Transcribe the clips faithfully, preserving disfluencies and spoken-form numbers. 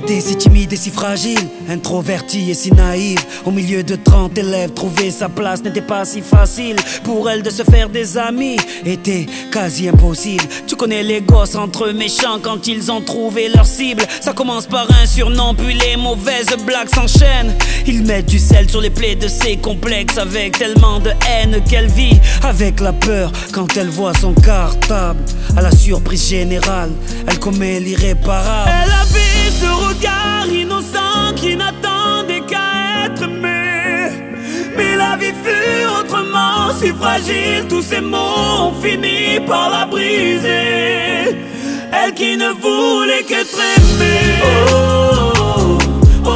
était si timide et si fragile, introvertie et si naïve. Au milieu de trente élèves, trouver sa place n'était pas si facile. Pour elle de se faire des amis était quasi impossible. Tu connais les gosses entre eux méchants quand ils ont trouvé leur cible. Ça commence par un surnom, puis les mauvaises blagues s'enchaînent. Ils mettent du sel sur les plaies de ses complexes, avec tellement de haine qu'elle vit avec la peur quand elle voit son cartable. À la surprise générale, elle commet l'irréparable. Elle avait ce regard innocent qui n'attendait qu'à être aimé. Mais la vie fut autrement si fragile, tous ces mots ont fini par la briser. Elle qui ne voulait qu'être aimée. Oh, oh, oh,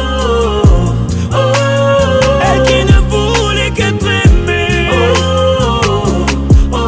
oh, oh. Elle qui ne voulait qu'être aimée. Oh, oh,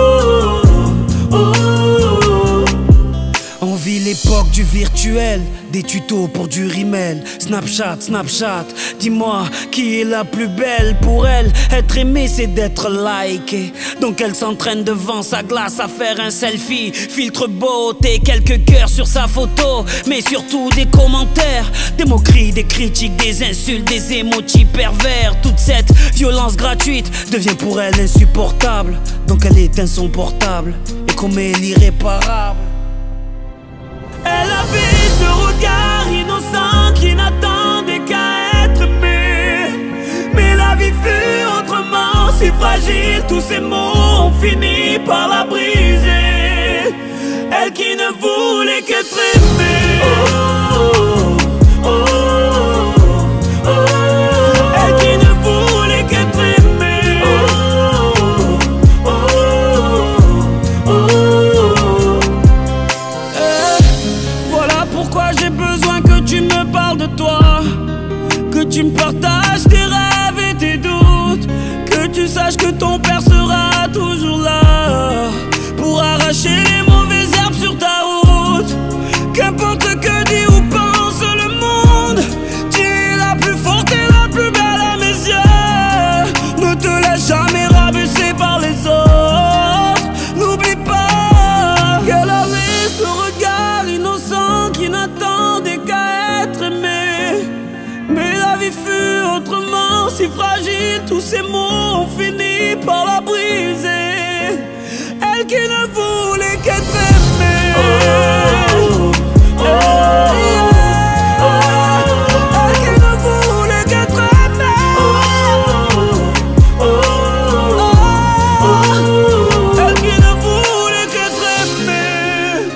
oh, oh. On vit l'époque du virtuel, des tutos pour du rimel. Snapchat, Snapchat, dis-moi qui est la plus belle. Pour elle, être aimée c'est d'être likée. Donc elle s'entraîne devant sa glace à faire un selfie. Filtre beauté, quelques cœurs sur sa photo, mais surtout des commentaires, des moqueries, des critiques, des insultes, des émojis pervers. Toute cette violence gratuite devient pour elle insupportable. Donc elle éteint son portable et commet l'irréparable. Elle avait ce regard innocent qui n'attendait qu'à être aimé. Mais la vie fut autrement si fragile, tous ces mots ont fini par la briser. Elle qui ne voulait qu'être aimée. Oh, oh, oh, oh, oh. Elle qui ne voulait qu'être aimée. Oh, oh, oh, oh. Eh, voilà pourquoi j'ai besoin que tu me parles de toi, que tu me partages tes rêves et tes doutes, que tu saches que ton père sera toujours là pour arracher les mauvaises herbes sur ta route. Qu'importe que dit ou pense le monde, tu es la plus forte et la plus belle à mes yeux. Ne te laisse jamais rabaisser par les autres. N'oublie pas qu'elle avait ce regard innocent qui n'attendait qu'à être aimé. Mais la vie fut autrement si fragile, tous ces mots ont fini par la briser. Elle qui ne voulait qu'être aimée. Oh, oh, oh, oh. Elle qui ne voulait qu'être aimée. Oh, oh, oh. Elle qui ne voulait qu'être aimée.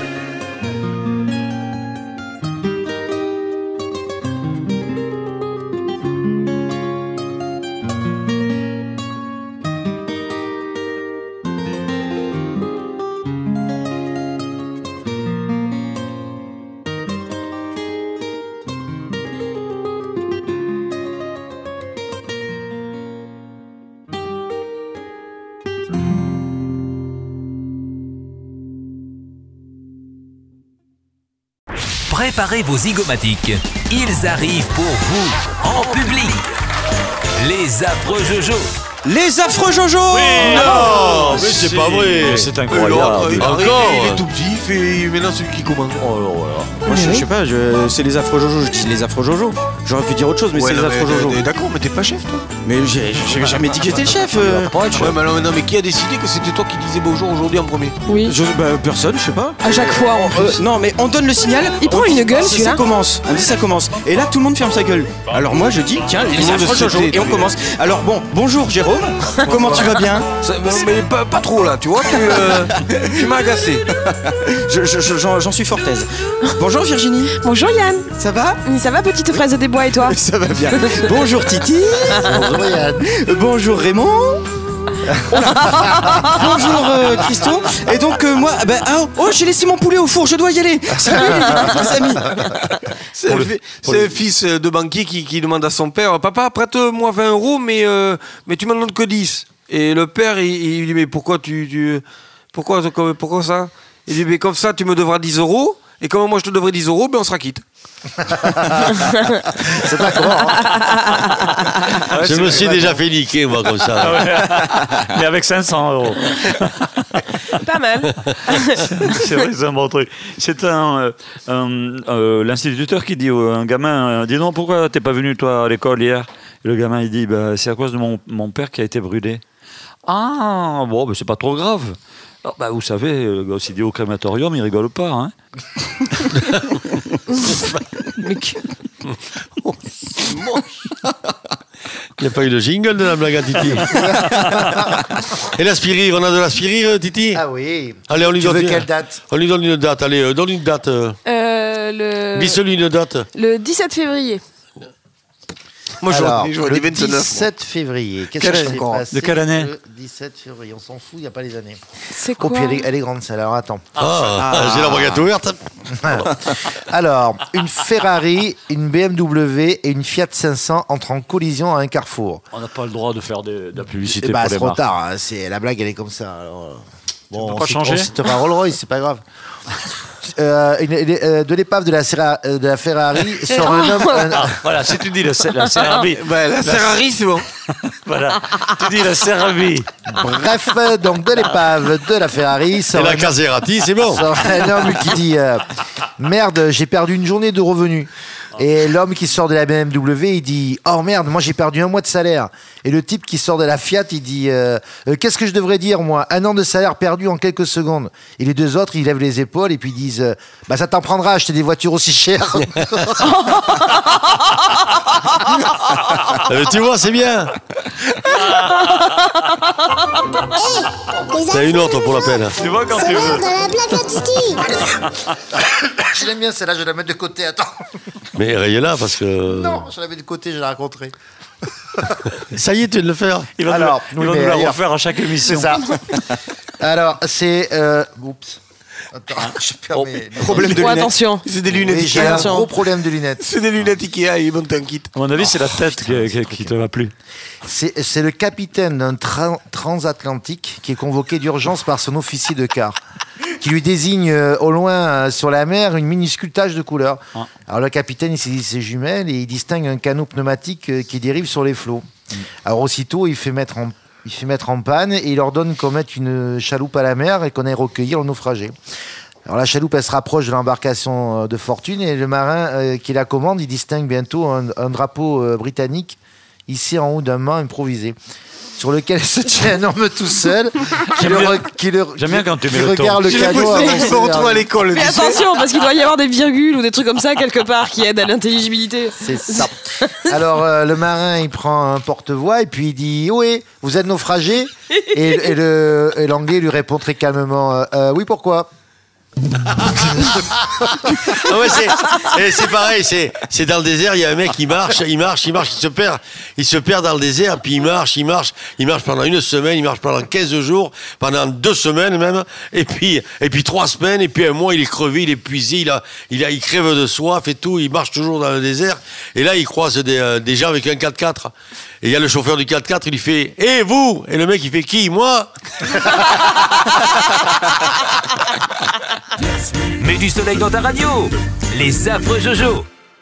Préparez vos zygomatiques, ils arrivent pour vous, en public. Les affreux Jojo. Les affreux Jojo. Oui, non, mais c'est pas vrai. C'est incroyable. Il, Encore. il est tout petit, il fait maintenant celui qui commande. Oh là là. Moi je, je sais pas, je- c'est les affreux Jojo, je dis les affreux Jojo. J'aurais pu dire autre chose, mais Ouais, c'est les non, affreux mais, Jojo. euh, D'accord, mais t'es pas chef toi. Mais j'ai j'ai jamais dit que j'étais le chef. euh. Ouais, mais alors, non, mais qui a décidé que c'était toi qui disais bonjour aujourd'hui en premier? Oui. Je, bah, personne, je sais pas. À chaque fois en Euh, plus. non mais on donne le signal. Il prend on dit- une gueule, ça, celui-là. Ça commence. On dit ça commence. Et là tout le monde ferme sa gueule. Alors moi je dis tiens les le monde affreux se Jojo tait, et on tu- commence. Alors bon bonjour Jérôme. Comment tu vas bien? Ça- Mais pas, pas trop là, tu vois, tu, euh, tu m'as agacé. Je- je- je- J'en j'en suis fort aise. Bonjour Virginie. Bonjour Yann. Ça va? Ça va, petite fraise des bois, et toi? Ça va bien. Bonjour Titi. Bonjour Yann. Bonjour Raymond. Bonjour euh, Christo. Et donc euh, moi, bah, ah, oh j'ai laissé mon poulet au four, je dois y aller. Salut les amis. C'est un, fi- c'est un fils de banquier qui, qui demande à son père: papa, prête-moi vingt euros, mais, euh, mais tu m'en donnes que dix. Et le père, il, il lui dit: mais pourquoi tu. tu pourquoi, pourquoi ça? Il dit: mais comme ça, tu me devras dix euros. Et comme moi je te devrais dix euros, ben on sera quitte. C'est pas comment. Hein. Je me suis déjà fait niquer, moi, comme ça. Mais avec cinq cents euros. Pas mal. C'est vrai que c'est un bon truc. C'est un, euh, un, euh, l'instituteur qui dit à un gamin, euh, dis non, pourquoi t'es pas venu toi à l'école hier? Et le gamin il dit, bah, c'est à cause de mon, mon père qui a été brûlé. Ah bon, bah, c'est pas trop grave. Alors, bah, vous savez, le gosse il dit au crématorium, il rigole pas, hein. Oh, il n'y a pas eu de jingle de la blague à Titi. Et l'aspirire, on a de l'aspirire, Titi? Ah oui. Allez, on lui Tu donne veux une- quelle date? On lui donne une date. Allez, euh, donne une date. Euh, Euh, le... Dis-lui une date. le dix-sept février. Moi, Alors, j'aurais j'aurais le dit vingt-neuf. dix-sept février. Qu'est-ce Quelle qui année s'est encore passé De quelle année? Le dix-sept février. On s'en fout, il n'y a pas les années. C'est Oh, quoi? puis elle est, elle est grande, celle-là. Alors, attends. Ah, j'ai la baguette ouverte. Alors, une Ferrari, une B M W et une Fiat cinq cents entrent en collision à un carrefour. On n'a pas le droit de faire de, de la publicité Eh bah, pour c'est les trop marques. tard. hein. C'est, la blague, elle est comme ça. Alors, euh, bon, peux on pas cite- changer On citera Rolls-Royce, c'est pas grave. Euh, une- une- euh, de l'épave de la, Serra- euh, de la Ferrari sort un homme. un- Ah, voilà, si tu dis la, la Ferrari. Ouais, la Ferrari, c'est bon. Voilà, tu dis la Ferrari. Bref, euh, donc de l'épave de la Ferrari Et sort la un, Caserati, c'est bon. sort un homme qui dit euh, merde, j'ai perdu une journée de revenus. Et l'homme qui sort de la B M W, il dit oh merde, moi j'ai perdu un mois de salaire. Et le type qui sort de la Fiat, il dit euh, Euh, qu'est-ce que je devrais dire moi? Un an de salaire perdu en quelques secondes. Et les deux autres, ils lèvent les épaules et puis ils disent euh, bah ça t'en prendra à acheter des voitures aussi chères. Euh, tu vois, c'est bien. T'as une autre pour la peine. Tu vois quand tu veux. Dans la blague à Titi. Je l'aime bien celle-là, je vais la mettre de côté. Attends. Mais raye-la parce que. Non, je la mets de côté, je la raconterai. Ça y est, tu viens de le faire. Il va Alors, nous, oui, il va mais nous la ailleurs. refaire à chaque émission. C'est ça. Alors, c'est. Euh... Oups. Attends, je perds mes. Problème de Oh, lunettes. attention. C'est des lunettes Oui, j'ai un Ikea. gros problème de lunettes. C'est des lunettes Ikea, il monte un kit. À mon avis, c'est la tête qui, qui, qui te va plus. C'est c'est le capitaine d'un tra- transatlantique qui est convoqué d'urgence par son officier de quart, qui lui désigne euh, au loin euh, sur la mer une minuscule tache de couleur. Ah. Alors le capitaine il saisit ses jumelles et il distingue un canot pneumatique euh, qui dérive sur les flots. Alors aussitôt il fait mettre en il fait mettre en panne et il ordonne qu'on mette une chaloupe à la mer et qu'on aille recueillir le naufragé. Alors la chaloupe, elle se rapproche de l'embarcation euh, de fortune et le marin euh, qui la commande, il distingue bientôt un, un drapeau euh, britannique hissé en haut d'un mât improvisé, sur lequel se tient un homme tout seul qui, J'aime le, bien- re- qui, le- j'aime bien quand tu qui mets le regarde le J'ai canot l'impression que avancer je me retrouve vers à lui. l'école. Mais tu sais. attention, parce qu'il doit y avoir des virgules ou des trucs comme ça quelque part qui aident à l'intelligibilité. C'est ça. Alors euh, le marin, il prend un porte-voix et puis il dit oui, vous êtes naufragé et, et le- et l'anglais lui répond très calmement euh, Euh, oui, pourquoi? Ah ouais, c'est, et c'est pareil, c'est, c'est dans le désert, il y a un mec qui marche, il marche, il marche, il se perd, il se perd dans le désert, puis il marche, il marche, il marche pendant une semaine, il marche pendant quinze jours, pendant deux semaines même, et puis, et puis trois semaines, et puis un mois, il est crevé, il est épuisé, il a, il a, il crève de soif et tout, il marche toujours dans le désert, et là, il croise des, euh, des gens avec un quatre-quatre, et il y a le chauffeur du quatre-quatre, il lui fait, hé, vous? Et le mec, il fait, qui? Moi? Mets du soleil dans ta radio. Les affreux Jojo.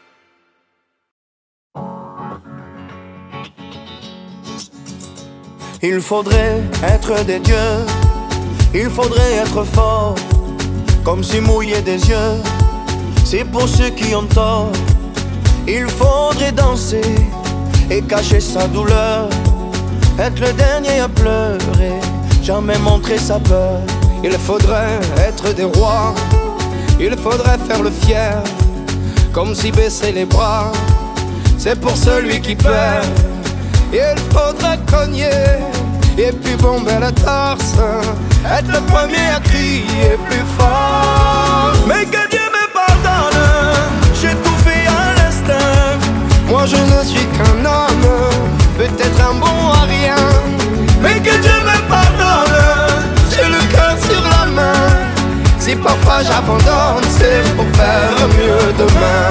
Il faudrait être des dieux, il faudrait être fort, comme si mouiller des yeux, c'est pour ceux qui ont tort. Il faudrait danser et cacher sa douleur, être le dernier à pleurer, jamais montrer sa peur. Il faudrait être des rois, il faudrait faire le fier, comme si baisser les bras, c'est pour celui qui perd. Il faudrait cogner et puis bomber la torse, être le premier à crier plus fort. Mais que Dieu me pardonne, j'ai tout fait à l'instinct. Moi je ne suis qu'un homme, peut-être un bon à rien. Mais que Dieu me pardonne, j'ai le cœur sur la main. Si parfois j'abandonne, c'est pour faire mieux demain.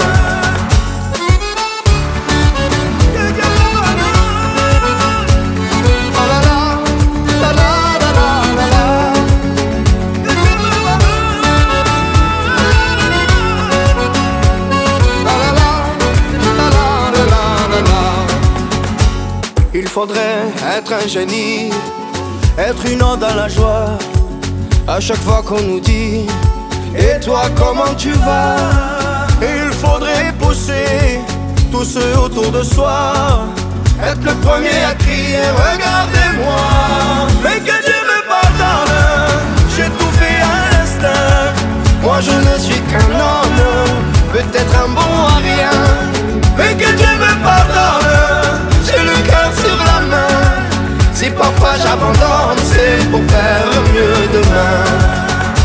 Il faudrait être un génie, être une ode à la joie, À chaque fois qu'on nous dit et toi comment tu vas, il faudrait pousser tous ceux autour de soi, être le premier à crier regardez-moi. Mais que Dieu me pardonne, j'ai tout fait à l'instinct. Moi je ne suis qu'un homme, peut-être un bon à rien. Mais que Dieu me pardonne, j'ai le cœur sur la main. Si parfois j'abandonne, c'est pour faire mieux demain.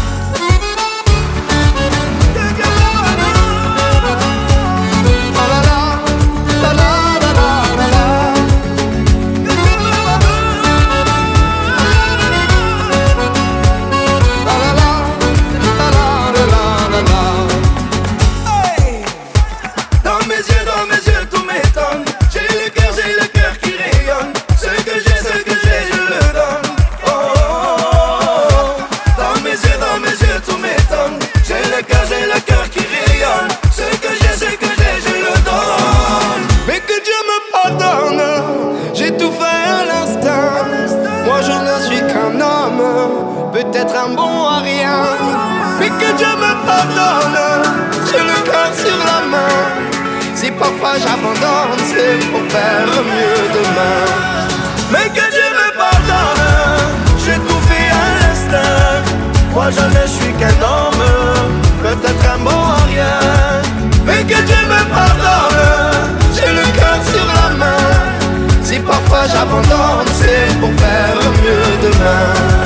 Peut-être un bon à rien, mais que Dieu me pardonne, j'ai le cœur sur la main. Si parfois j'abandonne, c'est pour faire mieux demain. Mais que Dieu me pardonne, j'ai tout fait à l'instinct. Moi je ne suis qu'un homme, peut-être un bon à rien. Mais que Dieu me pardonne, j'ai le cœur sur la main. Si parfois j'abandonne, c'est pour faire mieux demain.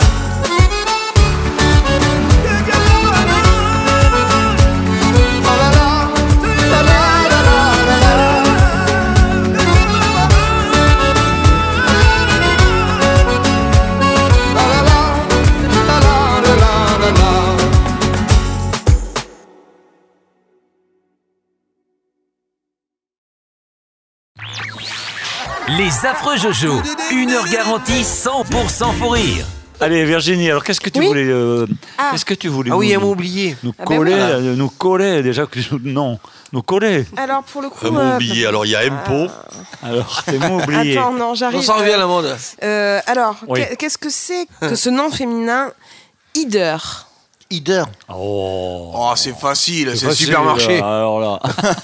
Les affreux Jojo, une heure garantie cent pour cent fou rire. Allez Virginie, alors qu'est-ce que tu Oui. voulais euh, Ah. Qu'est-ce que tu voulais Ah oui, nous, elle m'a oublié. nous Ah ben coller, voilà. euh, nous coller déjà que non, nous coller. Alors pour le coup. Un mot euh, oublié. Alors, il y a impôt. Alors, t'es mot oublié. Attends, non, j'arrive. On s'en revient à la mode. Euh, alors, Oui. qu'est- qu'est-ce que c'est que ce nom féminin Hider? Hider. Oh, Oh, c'est facile, c'est le facile, supermarché. là, alors là.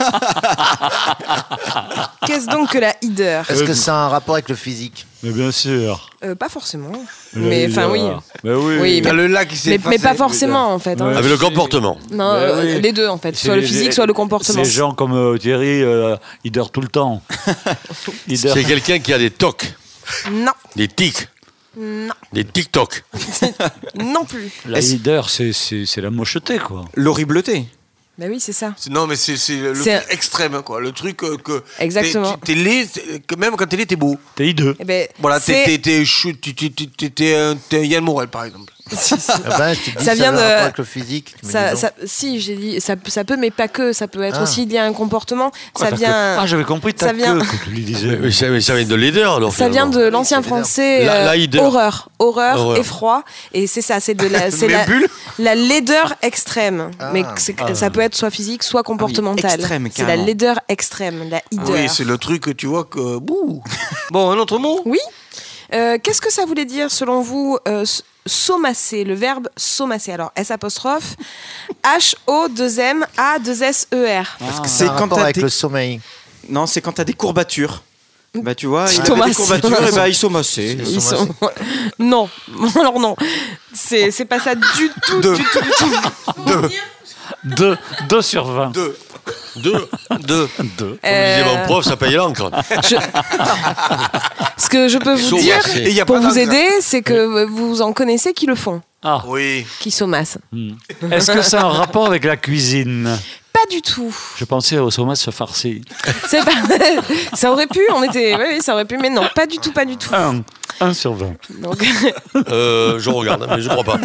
Qu'est-ce donc que la Hider? Est-ce que ça a un rapport avec le physique? Mais bien sûr. Euh, Pas forcément. Le Mais enfin, oui. leader. Mais oui. Oui, T'as le lac qui s'est Mais, effacé. mais pas forcément en fait. hein. Ouais. Avec le comportement. Non, Mais euh, oui. les deux en fait. C'est Soit le les- physique, soit le comportement. C'est des gens comme euh, Thierry, euh, il dort tout le temps. Il dort. C'est quelqu'un qui a des tocs, Non, des tics, non, des tic-tocs. non plus. La leader, c'est c'est- c'est la mocheté, quoi. L'horribleté. Bah oui, c'est ça. C'est- Non, mais c'est c'est le C'est- truc extrême, quoi. Le truc euh, que. Exactement. T'es, t'es laid, c'est- que même quand t'es laid, t'es beau. T'es hideux. Eh ben, Voilà, t'es, c'est- t'es, t'es, chou- t'es, t'es, t'es, t'es, t'es un- t'es un Yann Morel, par exemple. Ah ben, je te dis, Ça vient a un de- rapport avec le physique. tu me Ça, dis donc. ça- si, j'ai dit, ça, ça peut, mais pas que. Ça peut être Ah. aussi lié à un comportement. Quoi, ça ta vient. queue Ah, j'avais compris ta ça vient- queue que tu lui disais. Mais ça, mais ça vient de leader, alors. Ça vient finalement. de l'ancien c'est bizarre. français La- euh, la hider. horreur, horreur, Horreur. effroi, et c'est ça, c'est de la, c'est Même la, bulle la laideur extrême. Ah. Mais c'est- ça peut être soit physique, soit comportementale. extrême, c'est la carrément. laideur extrême, la hider. Oui, c'est le truc que tu vois que. Bouh. Bon, un autre mot. Oui. Euh, Qu'est-ce que ça voulait dire selon vous euh, s- saumasser, le verbe saumasser? Alors S apostrophe H O deux M A deux S E R. Parce que C'est c'est un quand rapport t'as avec des... le sommeil. Non, c'est quand t'as des courbatures. Bah tu vois, il avait Thomas. des courbatures, et bah ils sont massés. Ils Ils sont sont... non, alors non, c'est c'est pas ça du tout, Deux. du tout, du tout. deux, deux sur vingt. Deux. Deux. Deux. Deux. Comme disait Euh, mon prof, ça paye l'encre. je- Ce que je peux vous Saumassé. dire Et il y a pour pas vous d'encre. aider, c'est que vous en connaissez qui le font, Ah. Oui. qui saumassent. Est-ce que ça a un rapport avec la cuisine? Pas du tout. Je pensais au saumasse farci. C'est pas... ça aurait pu, on était, oui, oui, ça aurait pu, mais non, pas du tout, pas du tout. Un. Un sur vingt. Donc, Euh, je regarde, mais je crois pas.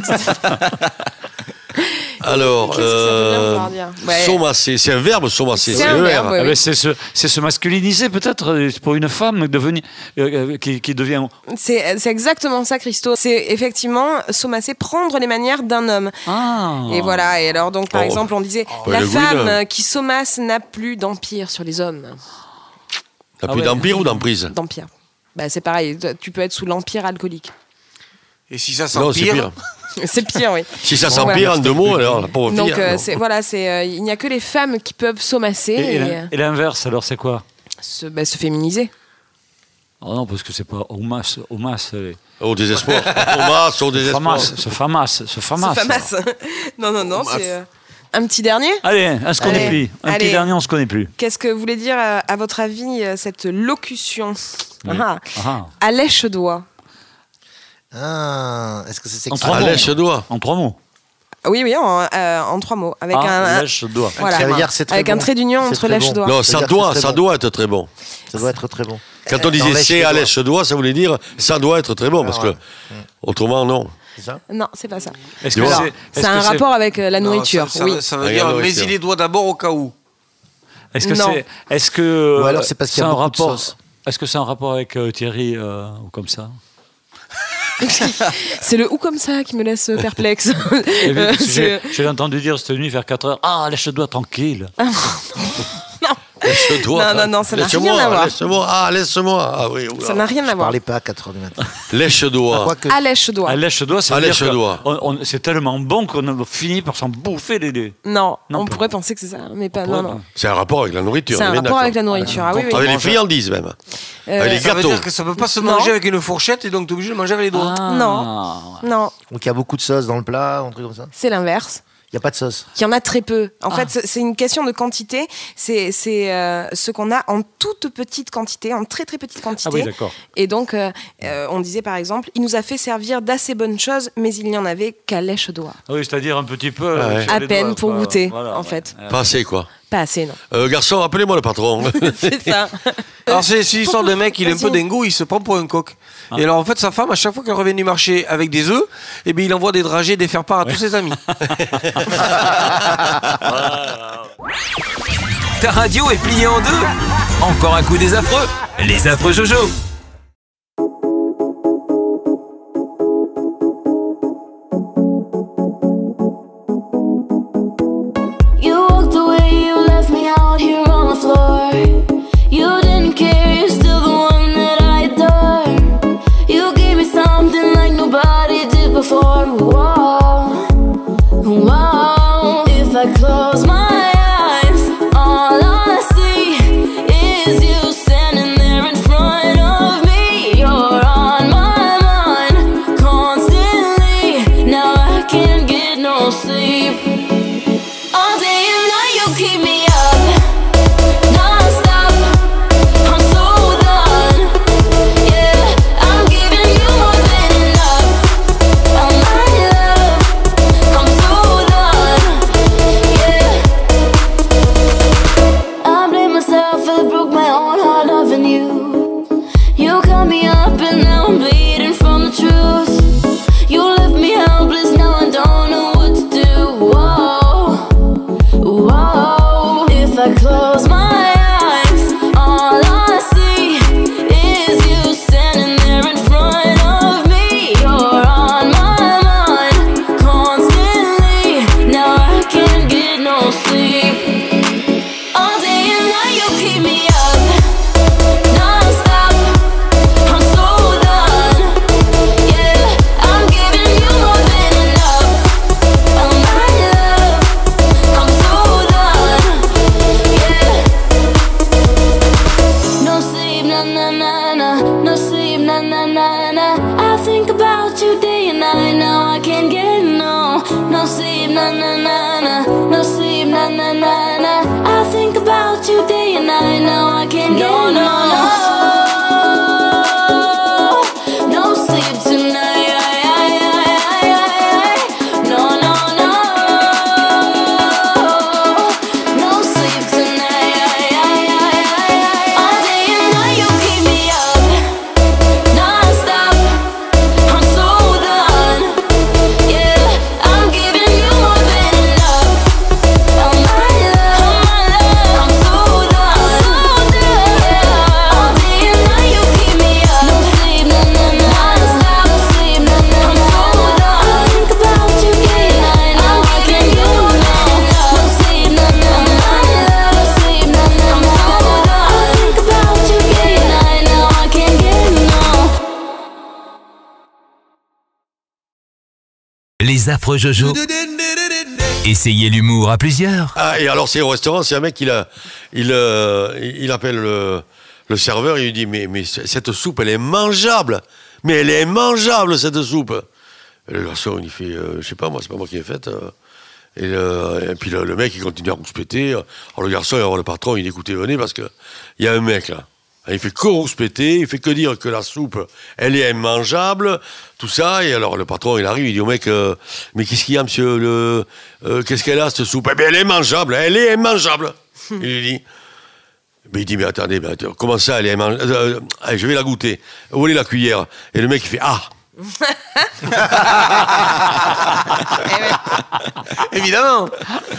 Alors, Qu'est-ce que ça peut bien euh, vouloir dire Ouais. saumasser, c'est un verbe, saumasser, C'est c'est un E verbe, R. ouais. Ah ben, c'est se, c'est se masculiniser peut-être euh, pour une femme devenir, euh, euh, qui, qui devient. c'est c'est exactement ça, Christo. C'est effectivement saumasser, prendre les manières d'un homme. Ah. Et voilà. Et alors donc, par Oh. exemple, on disait Oh. la Le femme Gwyn. qui saumasse n'a plus d'empire sur les hommes. T'as Ah plus ouais. d'empire ou d'emprise? D'empire. Bah, c'est pareil. Tu peux être sous l'empire alcoolique. Et si ça Non, c'est s'empire. pire. C'est pire, oui. Si ça s'empire en deux mots, alors la pauvre Donc fille, euh, alors. c'est voilà, c'est euh, il n'y a que les femmes qui peuvent somasser Et, et et, l'in- euh, et l'inverse, alors c'est quoi? se, bah, se féminiser. Oh non, parce que c'est pas au masse, au masse. Les... Au désespoir. Au masse, au désespoir. Famasse, ce famasse, ce famasse. Se famasse. non non non, c'est euh, un petit dernier. Allez, on se connaît Allez, plus. Un allez. petit dernier, on se connaît plus. Qu'est-ce que voulait dire euh, à votre avis euh, cette locution? Oui. Ah, Ah. à lèche-doigt. Ah, est-ce que c'est En sexy? trois Ah, mots. lèche-doigt. En trois mots. Oui oui, en, euh, en trois mots avec Ah, un, un- lèche-doigt. voilà, Ça veut dire que c'est très avec un bon. trait d'union C'est entre très bon. lèche-doigt. Non, Ça ça veut dire que doit, c'est ça très doit être très bon. Ça doit être très bon. Quand on Dans disait c'est à lèche-doigt. lèche-doigt, ça voulait dire ça doit être très bon, parce que ouais. autrement, non. C'est ça? Non, c'est pas ça. Est-ce Tu que vois c'est C'est est-ce un que c'est- rapport avec euh, la Non, nourriture. ça, ça- oui. ça veut Regarde, dire, nourriture. mais-y les doigts d'abord au cas où. Est-ce que Non. c'est est-ce que Ou alors c'est parce qu'il y a un beaucoup de rapport sauce. Est-ce que c'est un rapport avec euh, Thierry euh, ou comme ça? C'est le ou comme ça qui me laisse perplexe. Et vu Euh, que c'est- J'ai j'ai entendu dire cette nuit vers quatre heures. Ah, lèche-doigt tranquille. Lèche-doigt. Non, non, non, ça n'a Laisse-moi, rien à voir. Laisse-moi, ah, laisse-moi. Ah oui, oula. Ça n'a rien à voir. Parlez pas à quatre heures du matin. Lèche-doigt. Quoique, À lèche-doigt. Ah, lèche-doigt, ça Ah, veut dire lèche-doigt. que on- on- c'est tellement bon qu'on a fini par s'en bouffer les deux. Non, Non, on pas- pourrait penser que c'est ça, mais pas. On Non, pourrait non. C'est un rapport avec la nourriture. C'est un on est rapport d'accord. avec la nourriture. Ah oui, oui. Avec les friandises même. Euh, Avec les Ça veut gâteaux. dire que ça peut pas se Non. manger avec une fourchette et donc t'es obligé de manger avec les doigts. Ah. Non. Non, donc il y a beaucoup de sauce dans le plat, un truc comme ça. c'est l'inverse. Il n'y a pas de sauce. Il y en a très peu. En Ah. fait, c'est- c'est une question de quantité. C'est c'est, euh, ce qu'on a en toute petite quantité, en très très petite Ah quantité. oui, d'accord. Et donc, euh, euh, on disait par exemple, il nous a fait servir d'assez bonnes choses, mais il n'y en avait qu'à lèche-doigt. Ah oui, c'est-à-dire un petit peu. Ah euh, ouais. sur À les peine doigts, pour quoi. goûter, Voilà, en ouais. fait. Euh, Pas assez, quoi. Pas assez, non. Euh, garçon, appelez-moi le patron. C'est ça. Alors c'est c'est l'histoire d'un mec, il est un peu Vas-y. dingo, il se prend pour un coq. Ah. Et alors en fait sa femme, à chaque fois qu'elle revient du marché avec des œufs, eh bien il envoie des dragées, des faire-part à tous ses amis. Ta radio est pliée en deux. Encore un coup des affreux. Les affreux Jojo. You walked away, you left me out here on the floor. You didn't care, you're still the one that I adore. You gave me something like nobody did before. Whoa, whoa. If I close my eyes, all I see is you standing there in front of Les affreux Jojo. Essayez l'humour à plusieurs. Ah, et alors, c'est au restaurant, c'est un mec, il, a, il, euh, il appelle le, le serveur, il lui dit, mais, mais cette soupe, elle est mangeable. Mais elle est mangeable, cette soupe. Et le garçon, il fait, euh, je sais pas, moi, c'est pas moi qui l'ai faite. Euh, et, le, et puis le, le mec, il continue à rouspéter. Alors le garçon, alors le patron, il dit, écoutez, venez, parce qu'il y a un mec, là. Il fait que rouspéter, il fait que dire que la soupe, elle est immangeable, tout ça. Et alors le patron, il arrive, il dit au mec, euh, mais qu'est-ce qu'il y a, monsieur, le, euh, qu'est-ce qu'elle a, cette soupe? Eh bien, elle est mangeable, elle est immangeable. Il lui dit. Mais il dit, mais attendez, mais attendez, comment ça, elle est immangeable? euh, allez, je vais la goûter. Où est la cuillère? Et le mec, il fait, ah. Évidemment.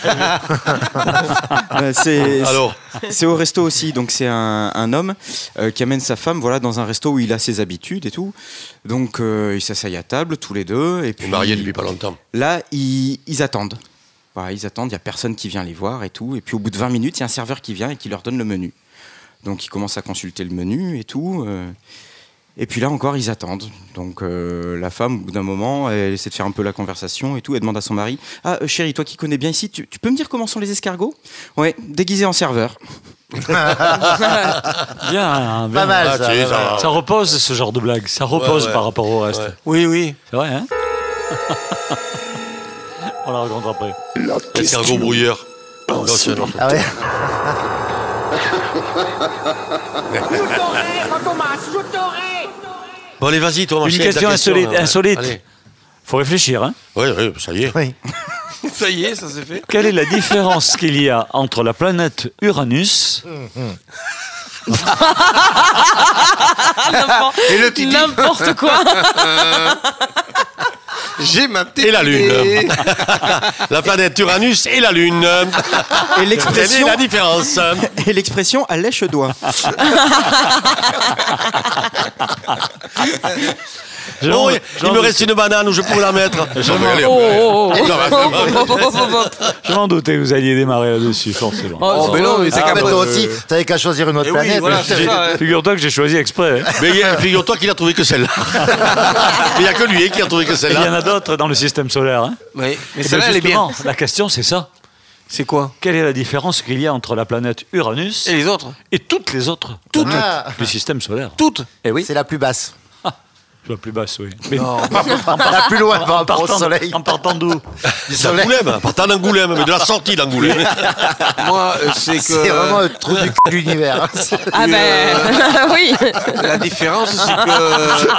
Euh, c'est, Alors c'est au resto aussi, donc c'est un, un homme euh, qui amène sa femme, voilà, dans un resto où il a ses habitudes et tout. Donc euh, ils s'asseyent à table tous les deux et puis marié depuis pas longtemps. Là, ils, ils attendent. Voilà, ils attendent. Il y a personne qui vient les voir et tout. Et puis au bout de vingt minutes, il y a un serveur qui vient et qui leur donne le menu. Donc ils commencent à consulter le menu et tout. Euh, Et puis là encore, ils attendent. Donc euh, la femme, au bout d'un moment, elle essaie de faire un peu la conversation et tout. Elle demande à son mari, ah euh, chérie, toi qui connais bien ici, tu, tu peux me dire comment sont les escargots? Ouais, déguisés en serveur. Bien, bien. Pas mal, Ah, ça. tu sais, ouais, ça- ouais. Ça repose ce genre de blague, ça repose Ouais, ouais. par rapport au reste. Ouais. Oui, oui. C'est vrai, hein? On la raconte après. Escargot brouilleur. Non, c'est un autre. Ah ouais. Bon, allez, vas-y, toi, Une enchaîne question ta insolite. ouais. insolite. Allez. Faut réfléchir, hein? Oui, oui, ça y est. Oui. Ça y est, ça s'est fait. Quelle est la différence qu'il y a entre la planète Uranus N'importe- Et le titi. N'importe quoi. J'ai ma petite Et la Lune. idée. La planète Uranus et la Lune. Et Quelle est l'expression, la différence? et l'expression à lèche-doigt. Je Bon, m'en- il je m'en me doutais. reste une banane où je pourrais la mettre. Non, mais allez, Oh, oh, oh. Non, mais attends, Je m'en doutais que vous alliez démarrer là-dessus, forcément. Oh, mais non, mais c'est Ah, mais qu'après. toi aussi, t'avais qu'à choisir une autre Eh oui, planète. voilà, c'est ça. hein. Figure-toi que j'ai choisi exprès. hein. Mais euh, figure-toi qu'il a trouvé que celle-là. Il n'y a que lui hein, qui a trouvé que Et il y en celle-là. a d'autres dans le système solaire. Hein. Oui, mais Eh ben, celle-là, elle est bien. justement, la question, c'est ça. C'est quoi? Quelle est la différence qu'il y a entre la planète Uranus Et les autres? et toutes les autres Toutes. planètes Ah. du système solaire? Toutes. Eh oui, C'est la plus basse. la plus basse, oui. Mais Non. La plus loin par en rapport au partant, soleil. en partant d'où? Du soleil. D'Angoulême, partant d'Angoulême, mais de la sortie d'Angoulême. Moi, euh, c'est que. C'est vraiment le trou du cul de l'univers. Ah ben oui. La différence, c'est que.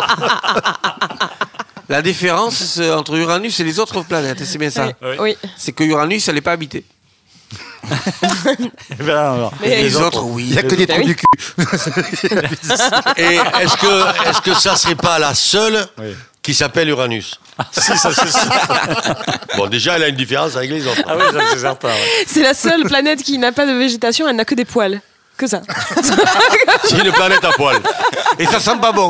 La différence c'est entre Uranus et les autres planètes, et c'est bien ça. Oui. Oui. C'est que Uranus, elle n'est pas habitée. Eh ben, alors, Mais- Et les autres, Il oui. n'y a que des Ah trous oui. du cul. Et est-ce que, est-ce que ça serait pas la seule Oui. qui s'appelle Uranus? si, ça c'est sûr. Bon, déjà, elle a une différence avec les autres. Ah oui, ça c'est certain. ouais. C'est la seule planète qui n'a pas de végétation, elle n'a que des poils. Que ça. C'est une planète à poil. Et ça sent pas bon.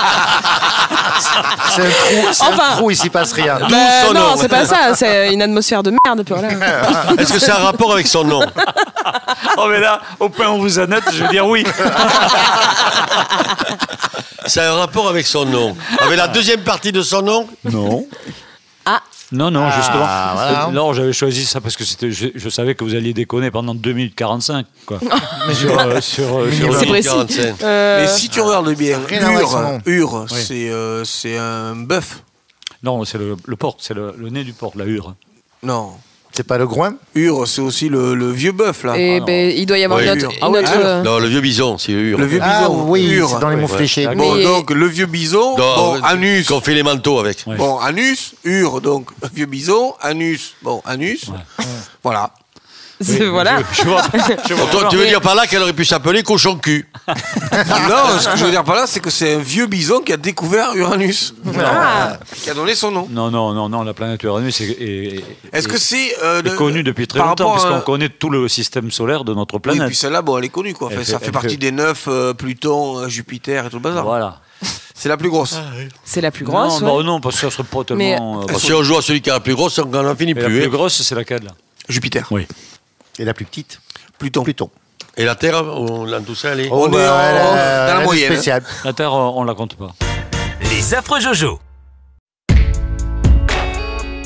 C'est un trou, c'est Enfin. un trou, il s'y passe rien. Bah, son non, nom. c'est pas ça, c'est une atmosphère de merde. Pour là. Est-ce que c'est un rapport avec son nom? Oh, mais là, au point où vous en êtes, je veux dire oui. C'est un rapport avec son nom. Avec la deuxième partie de son nom? Non. Ah. Non, non, justement. voilà. Euh, non, j'avais choisi ça parce que c'était, je, je savais que vous alliez déconner pendant deux minutes quarante-cinq. Quoi. sur, euh, sur, euh, sur C'est le- précis. quarante-cinq. Euh, Mais si tu regardes bien, Rien à voir avec son nom. Ur, Ur, c'est euh, c'est un bœuf. Non, c'est le, le porc, c'est le, le nez du porc, la hure. Non. C'est pas le groin? Ur, c'est aussi le, le vieux bœuf, là. Et Ah, non. ben, il doit y avoir Oui. une autre. Ah une oui, autre, ah, euh, Non, le vieux bison, c'est le hur. Le vieux Ah bison. oui, Ur. c'est dans les mots Ouais. fléchés. D'accord. Bon, Mais- donc, le vieux bison, Non, bon, euh, anus. Qu'on fait les manteaux avec. Ouais. Bon, anus, Ur, donc, vieux bison, anus. Bon, anus. Voilà. c'est- voilà. Je, je vois, je vois Toi, pas. tu veux Mais- dire par là qu'elle aurait pu s'appeler cochon cul? Non, ce que je veux dire par là, c'est que c'est un vieux bison qui a découvert Uranus. Ah. Qui a donné son nom. Non, non, non, non, la planète Uranus est, est- est- Est-ce est- que c'est. euh, est le- connue depuis très par longtemps, rapport à- puisqu'on connaît tout le système solaire de notre Oui, planète. puis celle-là, bon, elle est connue, quoi. Elle Enfin, fait- ça fait elle partie fait- des neuf, euh, Pluton, euh, Jupiter et tout le bazar. Voilà. C'est la plus grosse. C'est la plus grosse. non, ouais. bah non, parce que ça serait pas tellement. euh, Si on joue à celui qui a la plus grosse, on n'en finit et la plus. plus hein. grosse, c'est laquelle là? Jupiter. Oui. Et la plus petite? Pluton. Pluton. Et la Terre, on, là, tout ça, elle est. On est en- elle a- dans la elle est moyenne. spéciale. La Terre, on, on la compte pas. Les affreux Jojo.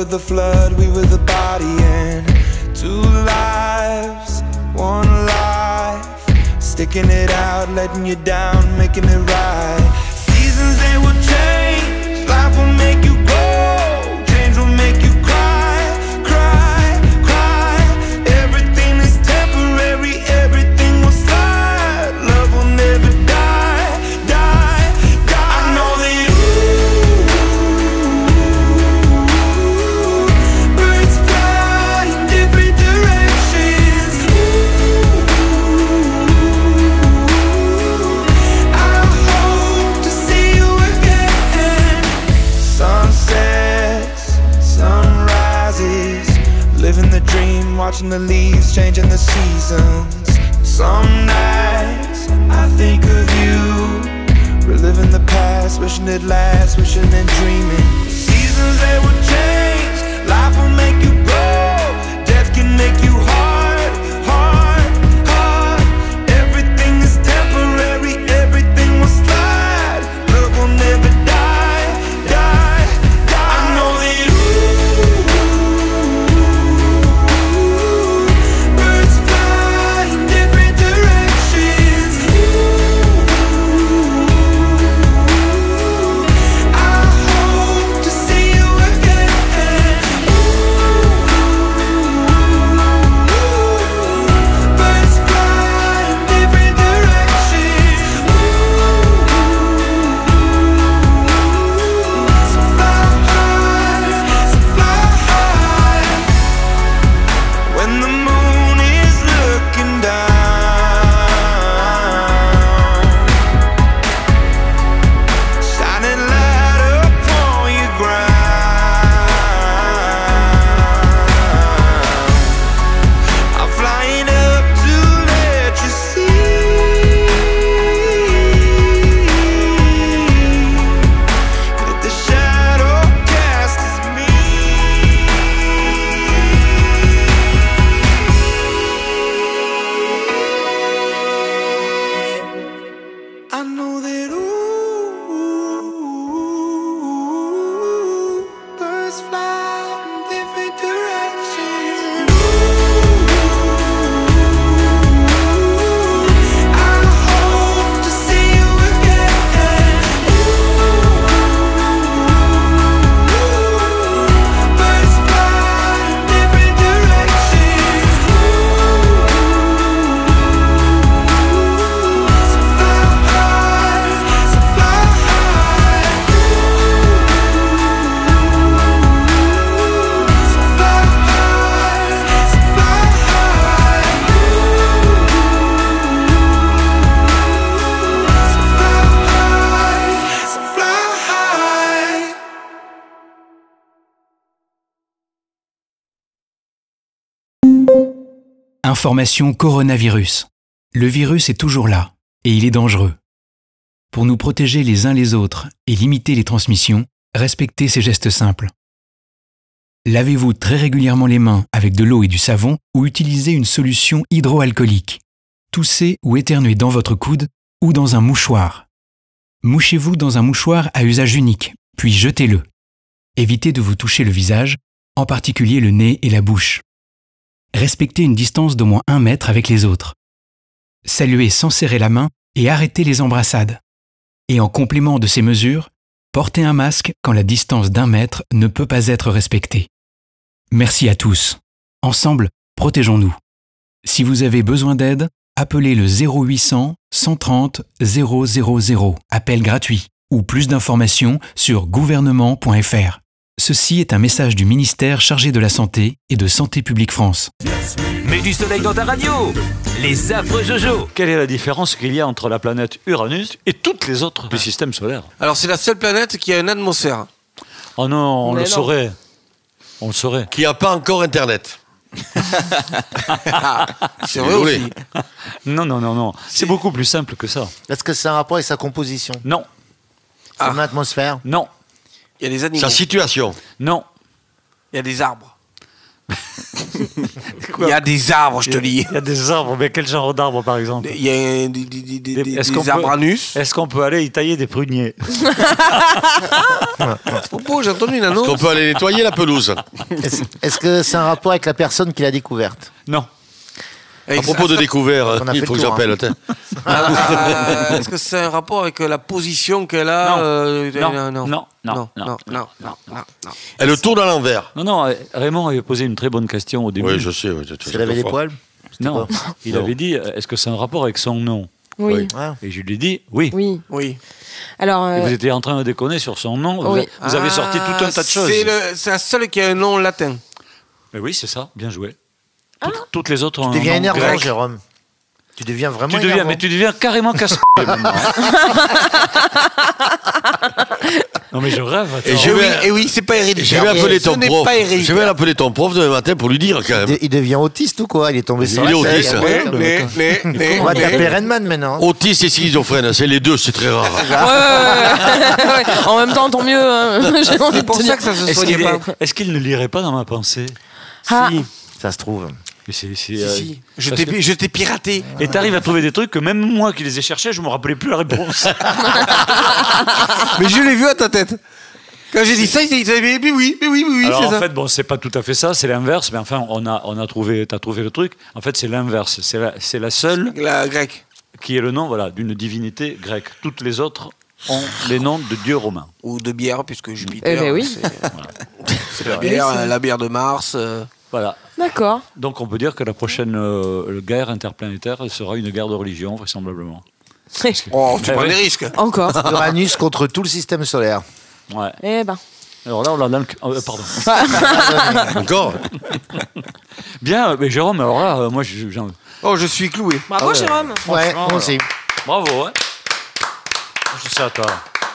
with the flood, we were the body, and two lives, one life, sticking it out, letting you down, making it right. Seasons, they will change, life will make you grow, change will make you cry, cry, cry. Everything is temporary, everything will slide, love will never die, die, die. I know that ooh, birds fly in different directions. I hope to see you again. Sunsets, sunrises, living the dream, watching the leaves, changing the seasons. Some nights I think of you, reliving the past, wishing it lasts, wishing and dreaming. Seasons, they will change, life will make you grow, death can make you hard, hard, hard. Everything is temporary, everything will slide, love will never die, die, die. I know that ooh, birds fly in different directions. I hope to see you again. Birds fly in different directions. So fly high, so fly high. When the moon is looking down, shining light upon your ground, I'm flying up to let you see that the shadow cast is me. I know that ooh, birds fly in different directions. I hope to see you again. Birds fly in different directions. So fly high, so fly high. So fly high, so fly high. So fly high, so fly high. Information coronavirus. Le virus est toujours là et il est dangereux. Pour nous protéger les uns les autres et limiter les transmissions, respectez ces gestes simples. Lavez-vous très régulièrement les mains avec de l'eau et du savon ou utilisez une solution hydroalcoolique. Toussez ou éternuez dans votre coude ou dans un mouchoir. Mouchez-vous dans un mouchoir à usage unique, puis jetez-le. Évitez de vous toucher le visage, en particulier le nez et la bouche. Respectez une distance d'au moins un mètre avec les autres. Saluez sans serrer la main et arrêtez les embrassades. Et en complément de ces mesures, portez un masque quand la distance d'un mètre ne peut pas être respectée. Merci à tous. Ensemble, protégeons-nous. Si vous avez besoin d'aide, appelez le zéro huit cents, cent trente, zéro zéro zéro, appel gratuit, ou plus d'informations sur gouvernement point f r. Ceci est un message du ministère chargé de la Santé et de Santé publique France. Mets du soleil dans ta radio. Les affreux Jojo. Quelle est la différence qu'il y a entre la planète Uranus et toutes les autres du système solaire? Alors, c'est la seule planète qui a une atmosphère. Oh non, on Mais le non. saurait. On le saurait. Qui n'a pas encore Internet. C'est vrai aussi. Non, non, non, non. C'est beaucoup plus simple que ça. Est-ce que c'est un rapport avec sa composition? Non. Son atmosphère? Non. Il y a des animaux. Sa situation. Non. Il y a des arbres. Il y a des arbres, je te dis. Il y a des arbres, mais quel genre d'arbres par exemple? Il y a des, des, des, des, des, est-ce des qu'on arbres peut, anus. Est-ce qu'on peut aller y tailler des pruniers? C'est propos, j'ai entendu une annonce. Est-ce qu'on peut aller nettoyer la pelouse? Est-ce, est-ce que c'est un rapport avec la personne qui l'a découverte? Non. À propos de découvert, il faut que j'appelle. Ah, est-ce que c'est un rapport avec la position qu'elle a? Non. euh, Non. non, Non. non, Non. non, Non. non, non, non, non. Elle tourne à l'envers. Non, non, Raymond avait posé une très bonne question au début. Oui, je sais. Oui, C'est elle avait des poils? Non, il Non. avait dit, est-ce que c'est un rapport avec son nom? Oui. Et je lui ai dit, oui. Oui. Oui. Alors, Et euh, vous étiez en train de déconner sur son nom. Vous, oui. a- vous avez sorti tout un tas de choses. C'est, le, c'est la seule qui a un nom latin. Mais oui, c'est ça, bien joué. Toutes, toutes les autres ont Tu un deviens nom énervant, grec. Jérôme. Tu deviens vraiment Tu deviens, énervant. mais tu deviens carrément casse maintenant. Non mais je rêve. Et attends. je Et oui, vais, et oui, c'est pas héréditaire. je vais appeler Ce ton n'est prof. pas Je héréditaire. vais l'appeler ton prof demain matin pour lui dire quand même. Il- Il devient autiste ou quoi? Il est tombé sur Il la est tête. autiste. Ouais, Mais, ouais, mais, mais, mais, On va mais- t'appeler Redman maintenant. Autiste et schizophrène, c'est les deux, c'est très rare. ouais, ouais, ouais, ouais. En même temps, tant mieux. hein. J'ai envie C'est de pour te ça dire. que ça se Est-ce soignait qu'il, pas. est- est-ce qu'il ne lirait pas dans ma pensée? Ah. Si, Ça se trouve. Mais c'est, c'est, si, euh, si. Je parce t'ai, que- je t'ai piraté. Et t'arrives à trouver des trucs que même moi qui les ai cherchés, je me rappelais plus la réponse. Mais je l'ai vu à ta tête. Quand j'ai dit ça, il disait mais, mais oui, mais oui, mais oui, Alors c'est en ça. fait, bon, c'est pas tout à fait ça, c'est l'inverse. Mais enfin, on a, on a trouvé, t'as trouvé le truc. En fait, c'est l'inverse. C'est la, c'est la seule La grecque. qui est le nom, voilà, d'une divinité grecque. Toutes les autres ont les noms de dieux romains. Ou de bière, puisque Jupiter. Eh ben oui. C'est, c'est la bière, euh, la bière de Mars. euh. Voilà. D'accord. Donc on peut dire que la prochaine euh, guerre interplanétaire sera une guerre de religion, vraisemblablement. Oh, tu Eh prends ouais. des risques. Encore. Uranus contre tout le système solaire. Ouais. Eh ben. Alors là, on l'a dans le... euh, pardon. Encore. Bien, mais Jérôme, alors là, euh, moi, j'ai... j'ai- Oh, je suis cloué. Bravo, Ah ouais. Jérôme. Ouais, Franchement, moi aussi. Bravo, ouais. Je sais à toi.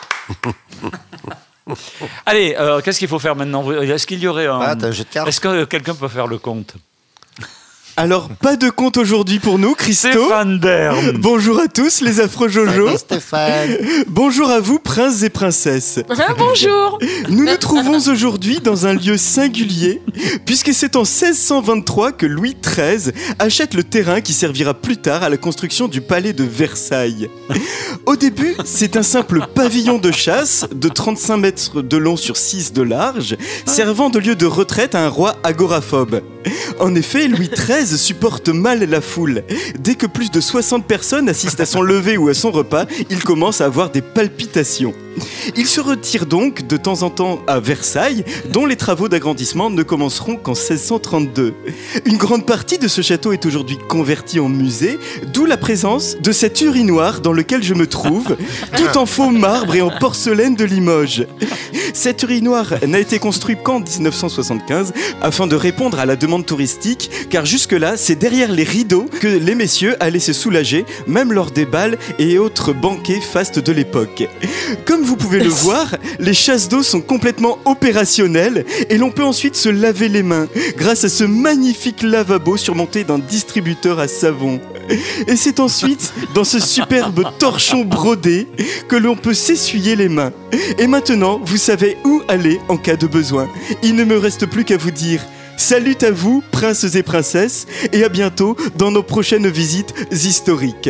Allez, euh, qu'est-ce qu'il faut faire maintenant? Est-ce qu'il y aurait un... Ah, t'as un jeu de cartes. Est-ce que quelqu'un peut faire le compte? Alors, pas de compte aujourd'hui pour nous, Christo. Stéphane Bern. Bonjour à tous, les affreux Jojo. Salut, Stéphane. Bonjour à vous, princes et princesses. Ah, bonjour. Nous nous trouvons aujourd'hui dans un lieu singulier, puisque c'est en seize cent vingt-trois que Louis treize achète le terrain qui servira plus tard à la construction du palais de Versailles. Au début, c'est un simple pavillon de chasse de trente-cinq mètres de long sur six de large, servant de lieu de retraite à un roi agoraphobe. En effet, Louis treize supporte mal la foule. Dès que plus de soixante personnes assistent à son lever ou à son repas, il commence à avoir des palpitations. Il se retire donc de temps en temps à Versailles, dont les travaux d'agrandissement ne commenceront qu'en seize cent trente-deux. Une grande partie de ce château est aujourd'hui convertie en musée, d'où la présence de cet urinoir dans lequel je me trouve, tout en faux marbre et en porcelaine de Limoges. Cet urinoir n'a été construit qu'en dix-neuf cent soixante-quinze afin de répondre à la demande touristique, car jusque-là, c'est derrière les rideaux que les messieurs allaient se soulager, même lors des bals et autres banquets fastes de l'époque. Comme vous pouvez le voir, les chasses d'eau sont complètement opérationnelles et l'on peut ensuite se laver les mains grâce à ce magnifique lavabo surmonté d'un distributeur à savon. Et c'est ensuite dans ce superbe torchon brodé que l'on peut s'essuyer les mains. Et maintenant, vous savez où aller en cas de besoin. Il ne me reste plus qu'à vous dire salut à vous, princes et princesses, et à bientôt dans nos prochaines visites historiques.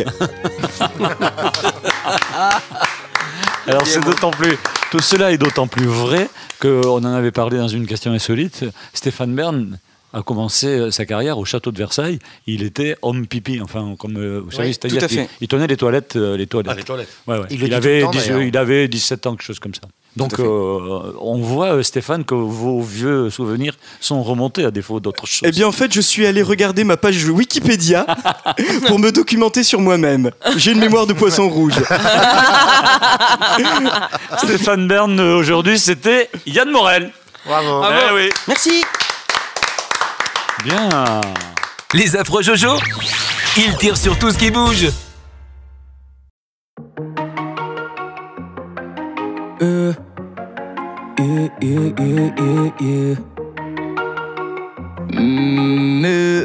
Alors c'est d'autant plus, tout cela est d'autant plus vrai qu'on en avait parlé dans une question insolite. Stéphane Bern a commencé sa carrière au château de Versailles. Il était homme pipi, enfin comme euh, vous savez, Oui, c'est-à-dire tout à qu'il fait. il tenait les toilettes, euh, les toilettes. Ah, les toilettes. Ouais, ouais. Il Il, le dit avait tout le temps, dix- d'ailleurs. il avait dix-sept ans, quelque chose comme ça. Donc à fait. euh, on voit euh, Stéphane que vos vieux souvenirs sont remontés à défaut d'autres choses. Eh bien, en fait, je suis allé regarder ma page Wikipédia pour me documenter sur moi-même. J'ai une mémoire de poisson rouge. Stéphane Bern euh, aujourd'hui, c'était Yann Morel. Bravo. Eh oui. Merci. Bien. Les affreux Jojo, ils tirent sur tout ce qui bouge. Euh, yeah, yeah, yeah, yeah, yeah. Mm, euh.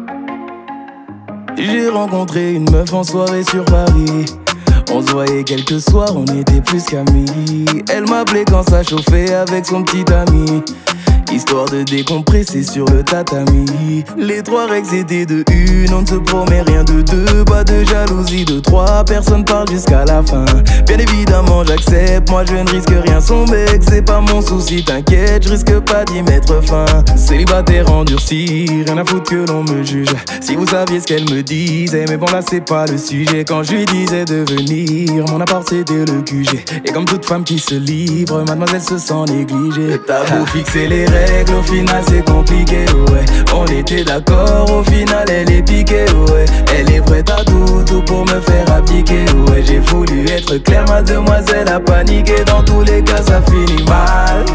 J'ai rencontré une meuf en soirée sur Paris. On se voyait quelques soirs, on était plus qu'amis. Elle m'appelait quand ça chauffait avec son petit ami. histoire de décompresser sur le tatami. Les trois règles étaient de une, on ne se promet rien de deux. Pas de jalousie de trois, personne parle jusqu'à la fin. Bien évidemment j'accepte, moi je ne risque rien. Son mec c'est pas mon souci, t'inquiète, je risque pas d'y mettre fin. Célibataire endurci, rien à foutre que l'on me juge. Si vous saviez ce qu'elle me disait, mais bon là c'est pas le sujet. Quand je lui disais de venir, mon appart c'était le Q G. Et comme toute femme qui se livre, mademoiselle se sent négligée. T'as beau fixer les règles, au final c'est compliqué, ouais. On était d'accord, au final elle est piquée, ouais. Elle est prête à tout, tout pour me faire abdiquer, ouais. J'ai voulu être clair, mademoiselle a paniqué. Dans tous les cas ça finit mal.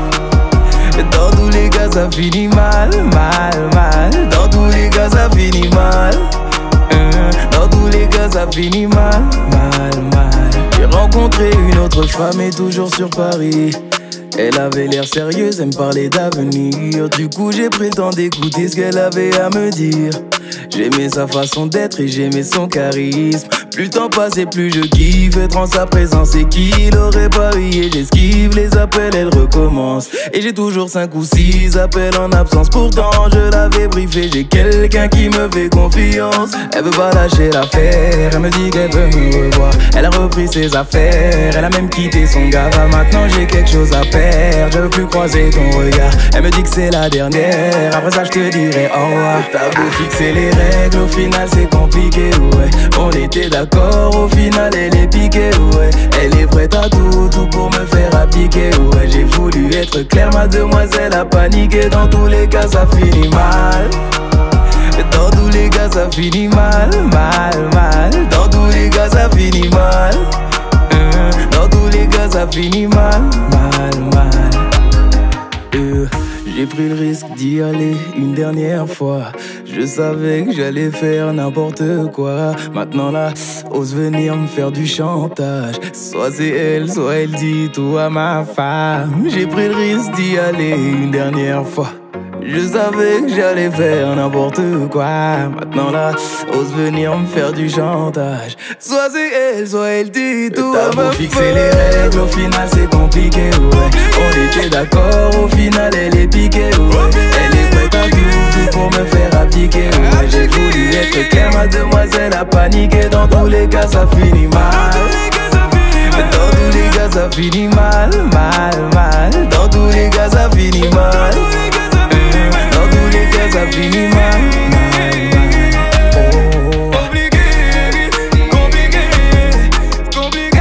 Dans tous les cas ça finit mal, mal, mal. Dans tous les cas ça finit mal. Dans tous les cas ça finit mal, mal, mal. J'ai rencontré une autre femme et toujours sur Paris. Elle avait l'air sérieuse, elle me parlait d'avenir. Du coup j'ai pris le temps d'écouter ce qu'elle avait à me dire. J'aimais sa façon d'être et j'aimais son charisme. Plus le temps passait, plus je kiffe être en sa présence. Et qu'il aurait parié, j'esquive les appels, elle recommence. Et j'ai toujours cinq ou six appels en absence. Pourtant je l'avais briefé, j'ai quelqu'un qui me fait confiance. Elle veut pas lâcher l'affaire, elle me dit qu'elle veut me revoir. Elle a repris ses affaires, elle a même quitté son gars. Maintenant j'ai quelque chose à faire, je veux plus croiser ton regard. Elle me dit que c'est la dernière, après ça je te dirai au revoir. T'as beau fixer les règles, au final c'est compliqué, ouais. On était d'accord, au final elle est piquée, ouais. Elle est prête à tout, tout pour me faire abdiquer, ouais. J'ai voulu être clair, mademoiselle a paniqué. Dans tous les cas ça finit mal. Dans tous les cas ça finit mal, mal, mal. Dans tous les cas ça finit mal. Dans tous les cas ça finit mal, mal, mal. euh, J'ai pris le risque d'y aller une dernière fois. Je savais que j'allais faire n'importe quoi. Maintenant là, ose venir me faire du chantage. Soit c'est elle, soit elle dit tout à ma femme. J'ai pris le risque d'y aller une dernière fois. Je savais que j'allais faire n'importe quoi. Maintenant là, ose venir me faire du chantage. Soit c'est elle, soit elle dit tout à ma femme. Fixer les règles, au final c'est compliqué, ouais. On était d'accord, au final elle est piquée, ouais. Elle est prête à tout, tout pour me faire abdiquer, ouais. J'ai voulu être clair, mademoiselle a paniqué. Dans tous les cas ça finit mal. Dans tous les cas ça finit mal, mal, mal. Dans tous les cas ça finit mal. Dans tous les cas ça finit mal, mal, mal. Oh. Compliqué, compliqué, compliqué.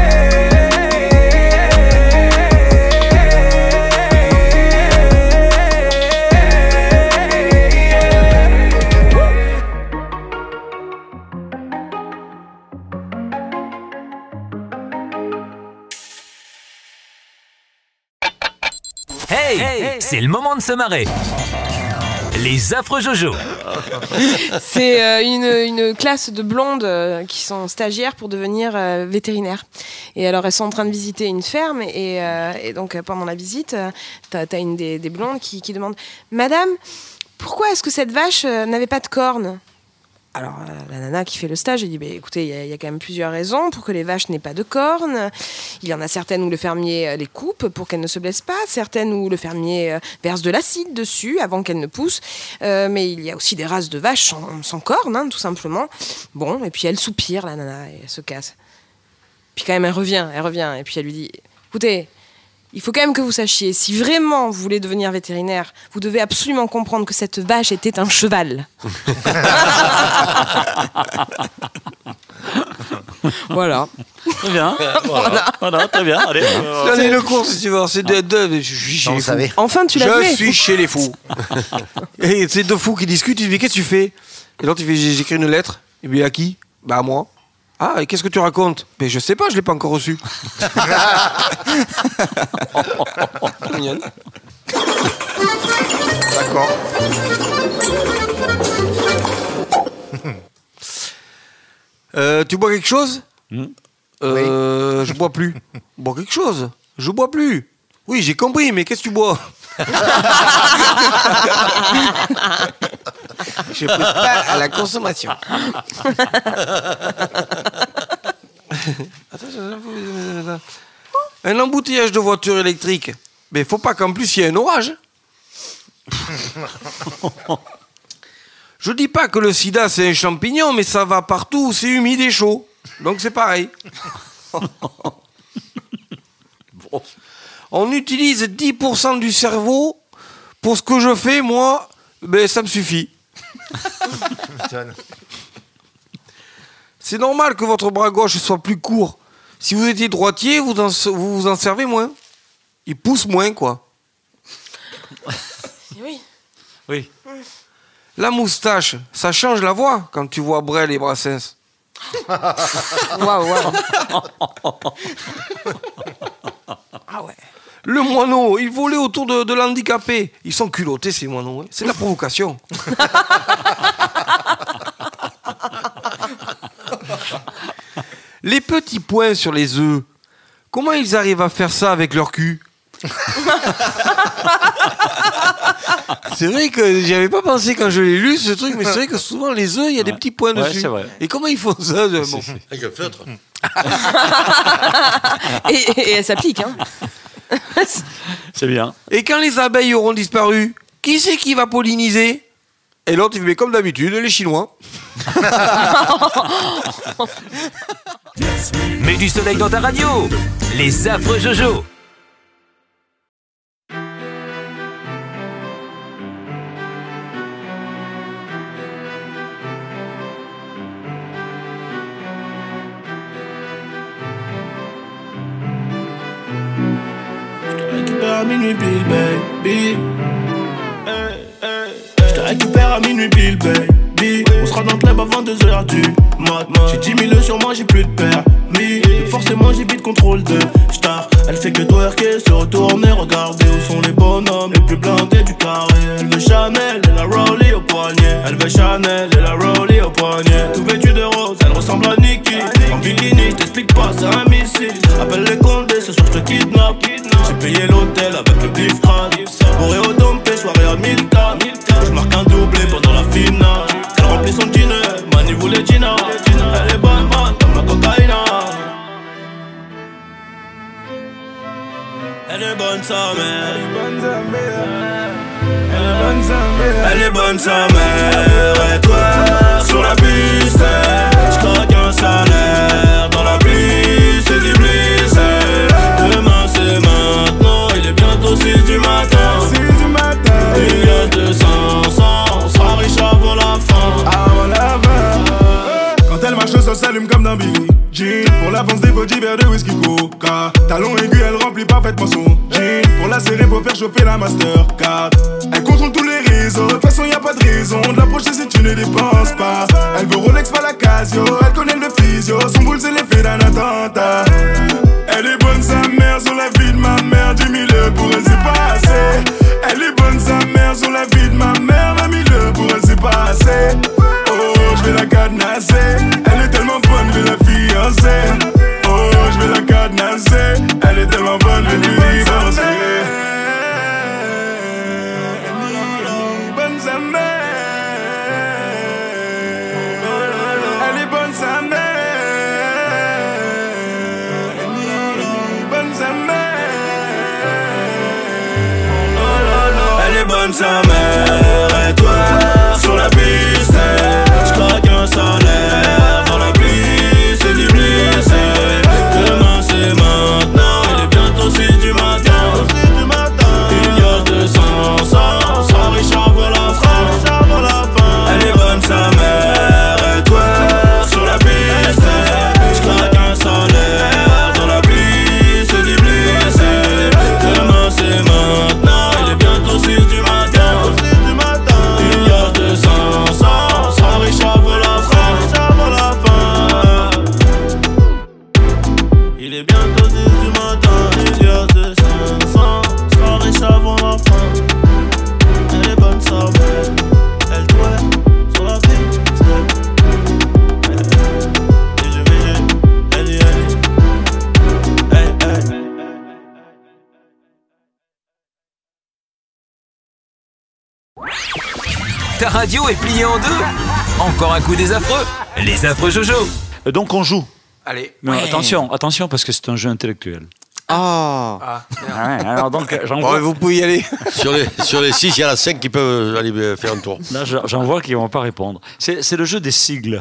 Hey, hey, c'est le moment de se marrer. Les affreux Jojo. C'est euh, une, une classe de blondes euh, qui sont stagiaires pour devenir euh, vétérinaires. Et alors elles sont en train de visiter une ferme et, euh, et donc euh, pendant la visite, euh, t'as, t'as une des, des blondes qui, qui demande « Madame, pourquoi est-ce que cette vache euh, n'avait pas de cornes ?» Alors euh, la nana qui fait le stage, elle dit bah, « Écoutez, il y, y a quand même plusieurs raisons pour que les vaches n'aient pas de cornes. Il y en a certaines où le fermier euh, les coupe pour qu'elles ne se blessent pas, certaines où le fermier euh, verse de l'acide dessus avant qu'elles ne poussent. Euh, mais il y a aussi des races de vaches sans, sans cornes, hein, tout simplement. Bon, et puis elle soupire, la nana, et elle se casse. Puis quand même, elle revient, elle revient, et puis elle lui dit « Écoutez, il faut quand même que vous sachiez, si vraiment vous voulez devenir vétérinaire, vous devez absolument comprendre que cette vache était un cheval. » Voilà. Très bien. Voilà. Voilà, très bien. Allez. Donnez le cours si tu veux. C'est de, de, je suis chez les fous. Enfin, tu l'as Je fait. suis chez les fous. Et c'est deux fous qui discutent. Tu dis mais qu'est-ce que tu fais? Et l'autre il fait j'écris une lettre. Et bien à qui? Bah à moi. Ah, et qu'est-ce que tu racontes? Mais je sais pas, je l'ai pas encore reçu. Mignonne. D'accord. Euh, tu bois quelque chose? mmh. euh, Je bois plus. Bois quelque chose? Je bois plus. Oui, j'ai compris, mais qu'est-ce que tu bois? Je pousse pas à la consommation. Un embouteillage de voitures électriques. Mais faut pas qu'en plus il y ait un orage. Je dis pas que le sida c'est un champignon, mais ça va partout où c'est humide et chaud. Donc c'est pareil. Bon. On utilise dix pour cent du cerveau pour ce que je fais, moi, ben ça me suffit. C'est normal que votre bras gauche soit plus court. Si vous étiez droitier, vous en, vous, vous en servez moins. Il pousse moins, quoi. Oui. Oui. La moustache, ça change la voix quand tu vois Brel et Brassens. Waouh, waouh. Ah ouais. Le moineau, il volait autour de, de l'handicapé. Ils sont culottés, ces moineaux. Hein. C'est de la provocation. Les petits points sur les œufs, comment ils arrivent à faire ça avec leur cul? C'est vrai que j'y avais pas pensé quand je l'ai lu ce truc, mais c'est vrai que souvent les œufs, il y a ouais. des petits points ouais, dessus. C'est vrai. Et comment ils font ça bon. Avec un feutre. et, et, et elle s'applique, hein. C'est bien. Et quand les abeilles auront disparu, qui c'est qui va polliniser? Et l'autre, il fait comme d'habitude, les Chinois. Mets du soleil dans ta radio. Les affreux Jojo. À minuit pile, baby. Je te récupère à minuit pile, baby. On sera dans le club avant deux heures du mat. J'ai dix mille sur moi, j'ai plus de permis. Forcément, j'évite contrôle de star. Elle fait que twerker, se retourner, regarder où sont les bonhommes les plus blindés du carré. Elle veut Chanel et la Rollie au poignet. Elle veut Chanel et la Rollie au poignet. Tout vêtu de rose, elle ressemble à Nicki. En bikini, je t'explique pas, c'est un missile. Appelle les condés, ce soir je te kidnappe. J'ai payé l'hôtel avec le beef crade. Bourré au dompé, soirée à mille K. Je marque un doublé pendant la finale. Elle remplit son dîner, Mani voulait Gina. Elle est bonne, bonne comme la cocaïne. Elle est bonne sa mère. Elle est bonne sa mère. Et toi, sur la piste, j'claque un salaire. Dans la pluie, c'est du blissé. Demain c'est maintenant, il est bientôt six du matin. Il y a deux cents, on sera riche avant la fin. Avant la fin. Quand elle marche, ça s'allume comme dans Billie Jean. Pour l'avance des petits verres de whisky coca. Talon aigu, elle remplit parfaitement son jean. Pour la serrer, faut faire chauffer la Mastercard. Elle contrôle tous les réseaux, de toute façon y a pas de raison de l'approcher si tu ne dépenses pas. Elle veut Rolex, pas la Casio, elle connaît le physio. Son boule c'est l'effet d'un attentat. Elle est bonne sa mère sur la vie de ma mère. dix mille pour elle c'est pas assez. Elle est bonne sa mère sur la vie de ma mère. vingt mille pour elle c'est pas assez. Oh je vais la cadenasser. Elle est tellement bonne je vais la fiancer. Oh je vais la cadenasser. Elle est tellement bonne je vais lui divorcer. Bonne sa mère et toi sur la piste, j'claque un salaire. Dans la pluie, c'est du blissé. Demain c'est maintenant, il est bientôt six du matin. Il y a deux cents, on sera riche avant la fin. Elle est bonne sa mère et toi sur la piste, j'claque un salaire. Dans la pluie, c'est du blissé. Demain c'est maintenant, il est bientôt six du matin. Il y a deux cents, on sera riche avant la fin. Il est bientôt six du matin. Il y a deux cents, on sera riche avant la fin. Elle est bonne sa mère. Elle doit sur la piste. Et je vais, elle dit, elle dit. Hey, hey. Ta radio est pliée en deux. Encore un coup des affreux. Les affreux Jojo. Donc on joue. Allez. Mais ouais. attention, attention parce que c'est un jeu intellectuel. Oh. Ah, Ah ouais, alors donc, j'en Bon, vois, vous pouvez y aller. Sur les, sur les six, il y en a cinq qui peuvent aller euh, faire un tour. là, j'en j'en vois qui ne vont pas répondre. C'est c'est le jeu des sigles.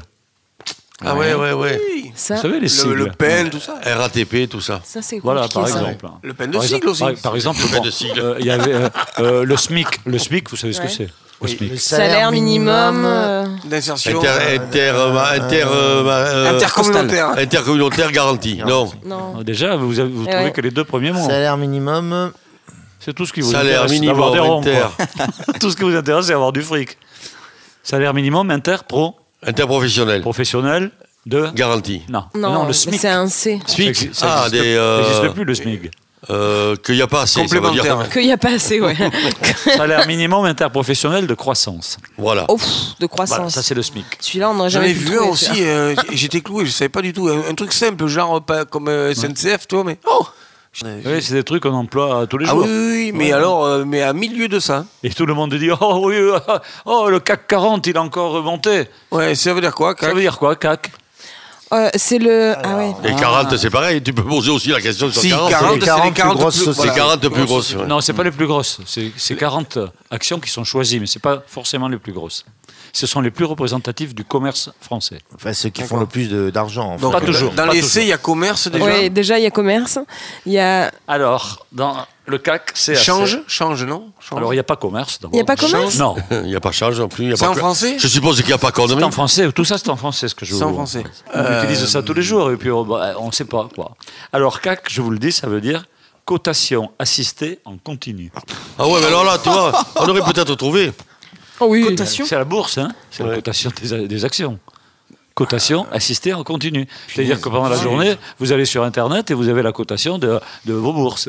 Ah ouais, ouais, ouais. Ça, Vous savez, les Le, sigles. le pen, tout ça. R A T P, tout ça. ça c'est Voilà, compliqué, par ça. exemple. Le pen de Par sigle exemple- aussi. Par, par exemple, Le pen bon, de sigle. euh, il y avait euh, euh, le SMIC. Le SMIC, vous savez ce Ouais. que c'est le SMIC. Le Salaire minimum. euh, D'insertion. Inter, inter, euh, inter, euh, euh, Intercommunautaire. intercommunautaire garanti. Non. Non. Déjà, vous, avez- vous Eh trouvez ouais. que les deux premiers mots. Salaire minimum. C'est tout ce qui vous Salaire intéresse. minimum, d'avoir des ronds, inter. quoi. Tout ce qui vous intéresse, c'est avoir du fric. Salaire minimum, inter, pro, Interprofessionnel. professionnel, de. Garanti. Non, Non, le mais SMIC. c'est un C. SMIC. Ça exi- ça Ah, existe- des. Ça euh, n'existe plus, le SMIC. euh, Qu'il n'y a pas assez. ça veut dire- Complémentaire. Qu'il n'y a pas assez, ouais. Salaire minimum interprofessionnel de croissance. Voilà. Ouf, de croissance. Voilà, ça c'est le SMIC. Celui-là, on n'aurait J'en jamais ai pu vu le un trouver, aussi, celui-là. euh, j'étais cloué, je savais pas du tout. Un, un truc simple, genre pas comme euh, S N C F, tu vois, mais. Oh Oui, c'est des trucs qu'on emploie tous les Ah jours. oui, oui, oui, mais Ouais. alors, euh, mais à milieu de ça. Et tout le monde dit oh oui, euh, oh le C A C quarante, il a encore remonté. Ouais, ça veut dire quoi, C A C Ça veut dire quoi, C A C Euh, c'est le. Ah ouais. Et quarante, c'est pareil. Tu peux poser aussi la question sur Si, quarante. quarante, c'est les quarante plus quarante grosses plus- sociétés. C'est quarante plus grosses. ouais. Non, c'est pas les plus grosses. C'est c'est quarante actions qui sont choisies, mais c'est pas forcément les plus grosses. Ce sont les plus représentatives du commerce français. Enfin, ceux qui font le plus de- d'argent. En fait. Donc, Pas toujours, Dans pas les toujours. C, il y a commerce déjà. Oui, déjà, il y a commerce. Il y a. Alors, dans le C A C, c'est Change, change, non Change. Alors, il n'y a pas commerce. Il n'y a pas commerce Non. Il n'y a pas change non plus. il y a C'est pas en que- français Je suppose qu'il n'y a pas C'est connerie. en français. Tout ça, c'est en français, ce que je C'est en vous- français. On Euh, utilise ça tous les jours et puis on ne sait pas quoi. Alors, C A C, je vous le dis, ça veut dire cotation assistée en continu. Ah ouais, mais alors là, tu vois, on aurait peut-être trouvé. Oh oui. C'est la bourse, hein c'est la Ouais. cotation des, des actions. Cotation assistée en continu. C'est-à-dire que pendant la journée, vous allez sur Internet et vous avez la cotation de, de vos bourses.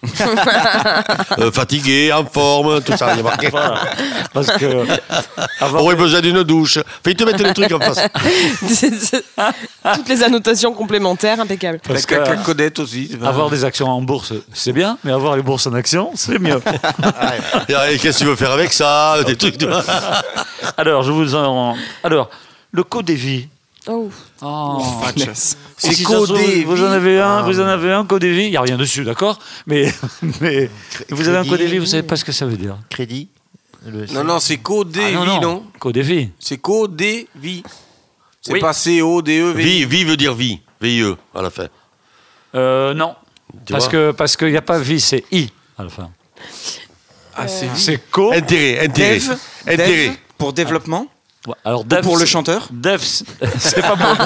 Euh, fatigué, en forme, tout ça. Il y a marqué. Voilà. Parce que On aurait besoin d'une douche. Fais te mettre le truc en face. Toutes les annotations complémentaires, impeccables. La Parce C A C que- Codette aussi. c'est pas- avoir des actions en bourse, c'est bien, mais avoir les bourses en actions, c'est mieux. Et qu'est-ce que tu veux faire avec ça? Des trucs de... Alors, je vous en... Alors, le Codévi. Oh. Oh. C'est Si ça se trouve, Codévi. Vous en avez un, vous en avez un Codévi. Il n'y a rien dessus, d'accord. Mais, mais vous avez un Crédit. Codévi, vous savez pas ce que ça veut dire. Crédit. Le- Non, non, c'est Codévi, Ah, non, non. non Codévi. C'est Codévi. C'est Oui. pas C O D E V I. Vie, vie veut dire vie. V I E à la fin. Euh, non. Tu Parce vois que parce qu'il n'y a pas vie, c'est I à la fin. Ah, c'est vie. C'est co. Intérêt, intérêt. Dev, Intérêt. Dev pour développement. Ouais, Alors Ou Dev, pour le c'est- chanteur. Dev, c'est c'est pas bon.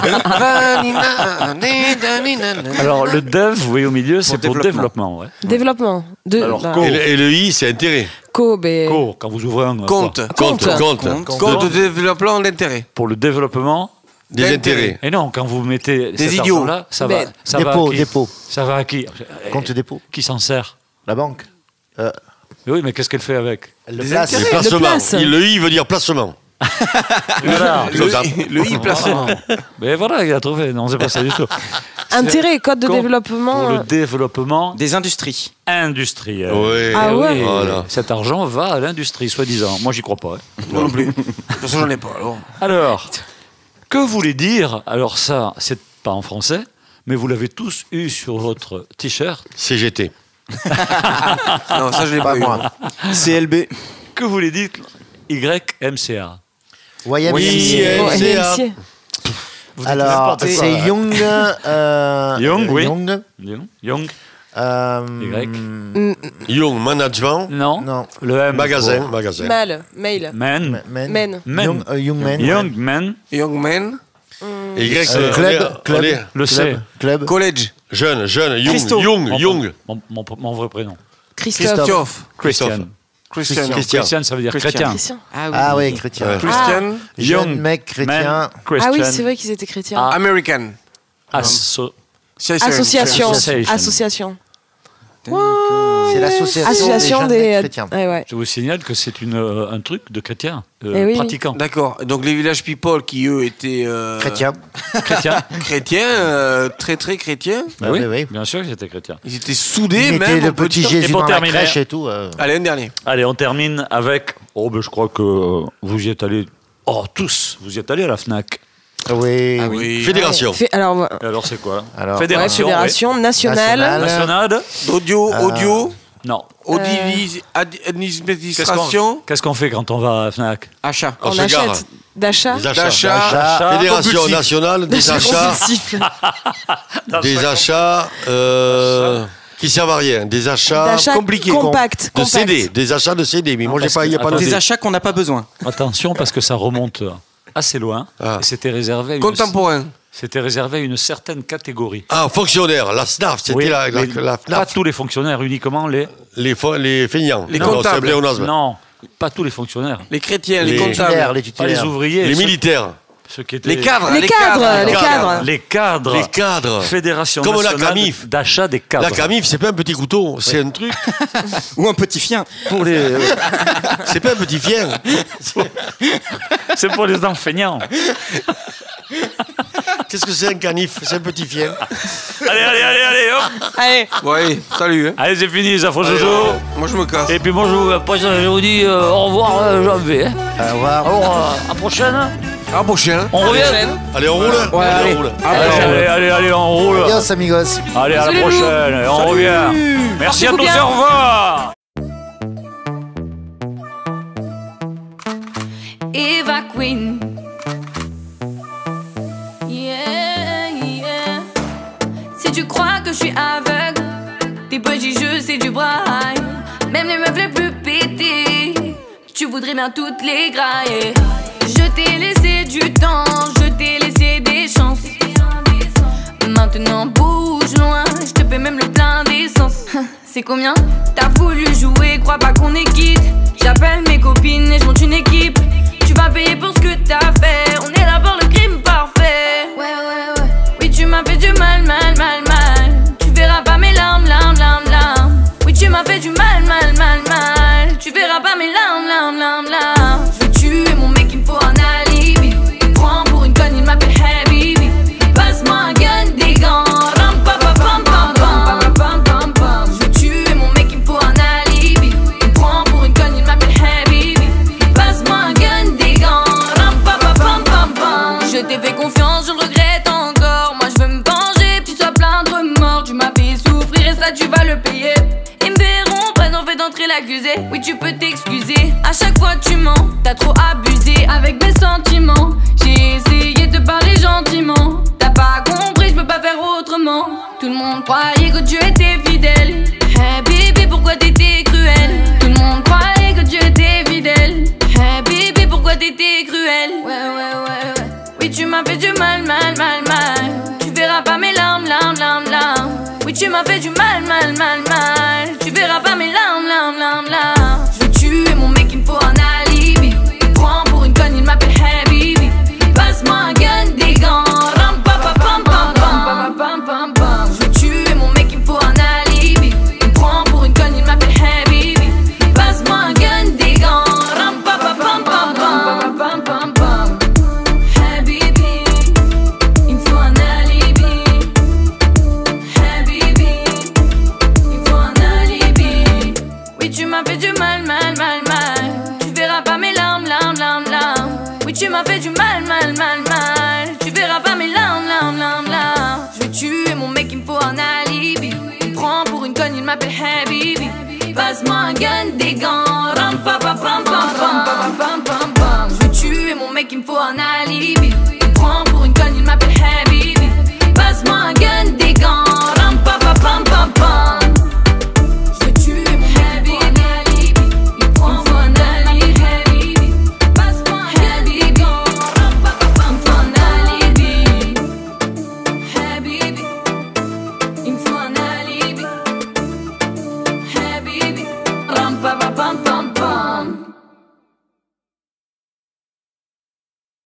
Alors le Dev, vous voyez au milieu, c'est pour développement. Ouais. Développement. De, Alors, bah, co. Et le, et le I, c'est intérêt. co, ben, Co, quand vous ouvrez un Compte. Compte, compte. Compte. Compte de développement d'intérêt. pour le développement. Des D'intérêt. intérêts. Et non, quand vous mettez Des cet idiots. argent-là, ça Mais- va, ça va à Dépôt, qui dépôt. Ça va à qui Compte dépôt. Qui s'en sert La banque. Euh, Mais oui, mais qu'est-ce qu'elle fait avec elle le Des place. Les Le placements. place. Il- Le I veut dire placement. Voilà. Comme ça. Le, le I placement. Mais voilà, il a trouvé. Non, c'est pas ça du tout. Intérêt, code de Compte développement. Pour euh, le développement Des industries. industriel. Oui. Ah Eh ouais. oui, Voilà. Cet argent va à l'industrie, soi-disant. Moi, j'y crois pas. hein. Moi non plus. De toute façon, j'en ai pas. Alors. Alors, que voulait dire Alors ça, c'est pas en français, mais vous l'avez tous eu sur votre t-shirt. C G T. Non, ça, je l'ai Pas pas, eu. moi. C L B. Que voulait dire Y M C A Y M C A. Oui, oh, M C A. M C. Vous dites Alors, n'importe quoi, c'est hein. Young. euh, Young, oui. Young. Young, Young. euh, Y. Young Management. Non. Non. Le M. Magasin. pour Magasin. Mal, mail. Men. Men. Men. Men. Young, euh, young Men. Young Man. Young man. Et Y, Euh, c'est- club, on est- club. on est Le C. Club. Club. College. jeune, jeune, Young, Christo. Young, Mon- Young. Mon, mon- mon vrai prénom. Christophe. Christophe. Christian. Christian. Christian. Christian, ça veut dire Christian. chrétien. Christian. Ah oui, chrétien. Ouais. Christian. Jeune Young mec chrétien. Man, Christian. Ah oui, c'est vrai qu'ils étaient chrétiens. Ah. American. Asso- Association. Association. Association. C'est l'association Association des, jeunes des. mecs chrétiens. Ouais, ouais. Je vous signale que c'est une, euh, un truc de chrétien, euh, Eh oui. pratiquant. D'accord. Donc les village people qui eux étaient euh, Chrétien. Chrétien. chrétiens, euh, très très chrétiens. Bah Ah oui, oui, oui. bien sûr qu'ils étaient chrétiens. Ils étaient soudés Il mettait même. le on peut petit dire. Jésus pour dans la terminer- crèche et tout. euh. Allez, un dernier. Allez, on termine avec. Oh, ben je crois que vous y êtes allés. Oh, tous, vous y êtes allés à la Fnac. Oui. Ah oui. Fédération. Fait- alors, ouais, Et alors, c'est quoi Alors, Fédération. ouais, fédération nationale. Nationale. Nationale D'audio, Euh, audio, Non. audili- ad- Qu'est-ce administration. qu'on qu'est-ce qu'on fait quand on va à Fnac? Achat. On On se gare. achète d'achat. Des achats. D'achat. Achat. Fédération compulsif. nationale des D'achat achats, compulsif. des achats euh, qui servent à rien, des achats D'achat compliqué, compact. de compact. C D, des achats de C D. Mais Non, moi, j'ai parce pas, il y a que- pas de attendez. Des C D. achats qu'on n'a pas besoin. Attention, parce que ça remonte assez loin. Ah. Et c'était réservé à une, Contemporain. c'était réservé à une certaine catégorie. Ah, fonctionnaire, la S N A F, c'était Oui, la, la, mais la pas F N A F. tous les fonctionnaires, uniquement les... Les, fo- les feignants. Les Non, c'est un comptables. pléonasme. Non, pas tous les fonctionnaires. Les chrétiens, les, Les comptables. Titulaires, les Pas les titulaires. ouvriers. Les ceux- militaires. ceux qui étaient... Les cadres. Les cadres, les cadres. cadres. Les cadres. Les cadres. Fédération Comme la nationale Camif. d'achat des cadres. La camif, c'est pas un petit couteau, c'est un truc. Ou un petit chien. Pour les... C'est pas un petit fier. C'est pour les enseignants. Qu'est-ce que c'est un canif? C'est un petit fier. Allez, allez, allez, allez, hop. Allez, Ouais, salut. hein. Allez, c'est fini, ça faut Allez, Jojo. Moi, je me casse. Et puis moi, je vous, après ça, je vous dis euh, au revoir, euh, j'en vais. hein. Au revoir. Alors, euh, à la prochaine. À la prochaine. On revient. Allez, on roule. Ouais, allez. on roule. Allez, allez, allez, allez, on roule. Adios, amigos. Allez, à la Salut. prochaine. Et on revient. Merci à Portez-vous tous, bien. au revoir. Eva Queen. Yeah, yeah. Si tu crois que je suis aveugle, tes petits jeux c'est du braille. Même les meufs les plus pétées, tu voudrais bien toutes les grailler. Je t'ai laissé du temps, je t'ai laissé des chances. Maintenant bouge loin, je te paie même le plein d'essence. C'est combien? T'as voulu jouer, crois pas qu'on est quitte. J'appelle mes copines et je monte une équipe. Tu vas payer pour ce que t'as fait, on est là pour le crime parfait. Ouais, ouais, ouais. Oui, tu m'as fait du mal, mal, mal, mal. Tu verras pas mes larmes, larmes, larmes, larmes. Oui, tu m'as fait du mal, mal, mal, mal. Tu verras pas mes larmes, larmes, larmes, larmes. Je veux tuer mon mec, il me faut un alibi. Il me prend pour une conne, il m'appelle Habibi. Passe-moi un gun, des gants. Ram, pa, pa, pam, pam, pam, pam, pam, pam. Je veux tuer mon mec, il me faut un alibi. Il me prend pour une conne, il m'appelle Habibi. Passe-moi un gun, des gants. Ram, pa, pa, pam, pam, pam. Je t'ai fait confiance, je le regrette encore. Moi je veux me venger, tu sois plein de remords. Tu m'as fait souffrir et ça tu vas le payer. Ils me verront, pas d'en fait d'entrer l'accusé. Oui, tu peux t'excuser, à chaque fois tu mens. T'as trop abusé avec mes sentiments. J'ai essayé de parler gentiment. T'as pas compris, je peux pas faire autrement. Tout le monde croyait que Dieu était fidèle. Hey bébé, pourquoi t'étais cruel? Tout le monde croyait que Dieu était fidèle. Hey bébé, pourquoi t'étais cruel? Ouais, ouais, ouais, ouais. Oui, tu m'as fait du mal, mal, mal, mal. Tu verras pas mes larmes, larmes, larmes, larmes. Oui, tu m'as fait du mal, mal, mal, mal. Tu verras pas mes larmes, larmes, larmes, larmes. Je veux tuer mon mec, il me faut un alibi. Il me prend pour une conne, il m'appelle Habibi. Passe-moi un gun, des gants. Ram, pa, pa, pam, pam, pam, pam, pam, pam. Je veux tuer mon mec, il me faut un alibi. Il me prend pour une conne, il m'appelle Habibi. Passe-moi un gun, des gants. Ram, pa, pa, pam, pam, pam, pam, pam, pam. Habibi, il me faut un alibi. Habibi, il me faut un alibi. Oui, tu m'as fait du mal, mal, mal, mal. Tu verras pas mes larmes, larmes, larmes, larmes. Oui, tu m'as fait du mal, mal, mal, mal. Tu verras pas mes larmes, larmes, larmes, larmes. Je vais tuer mon mec, il me faut un alibi. Il me prend pour une conne, il m'appelle Habibi. Passe-moi un gun, des gants. Ram, pa, pa, pam, pam, pam, pam, pam, pam. Je vais tuer mon mec, il me faut un alibi. Il me prend pour une conne, il m'appelle Habibi. Passe-moi un gun, des gants. Ram, pa, pa, pam, pam, pam. Je veux tuer mon Habibi. Il me prend pour un alibi. Habibi. Passe-moi un Habibi. Ram, pa, pa, pam, il me faut un alibi. Habibi. Il me faut un alibi. Habibi. Ram, pa, pa, pam, pam.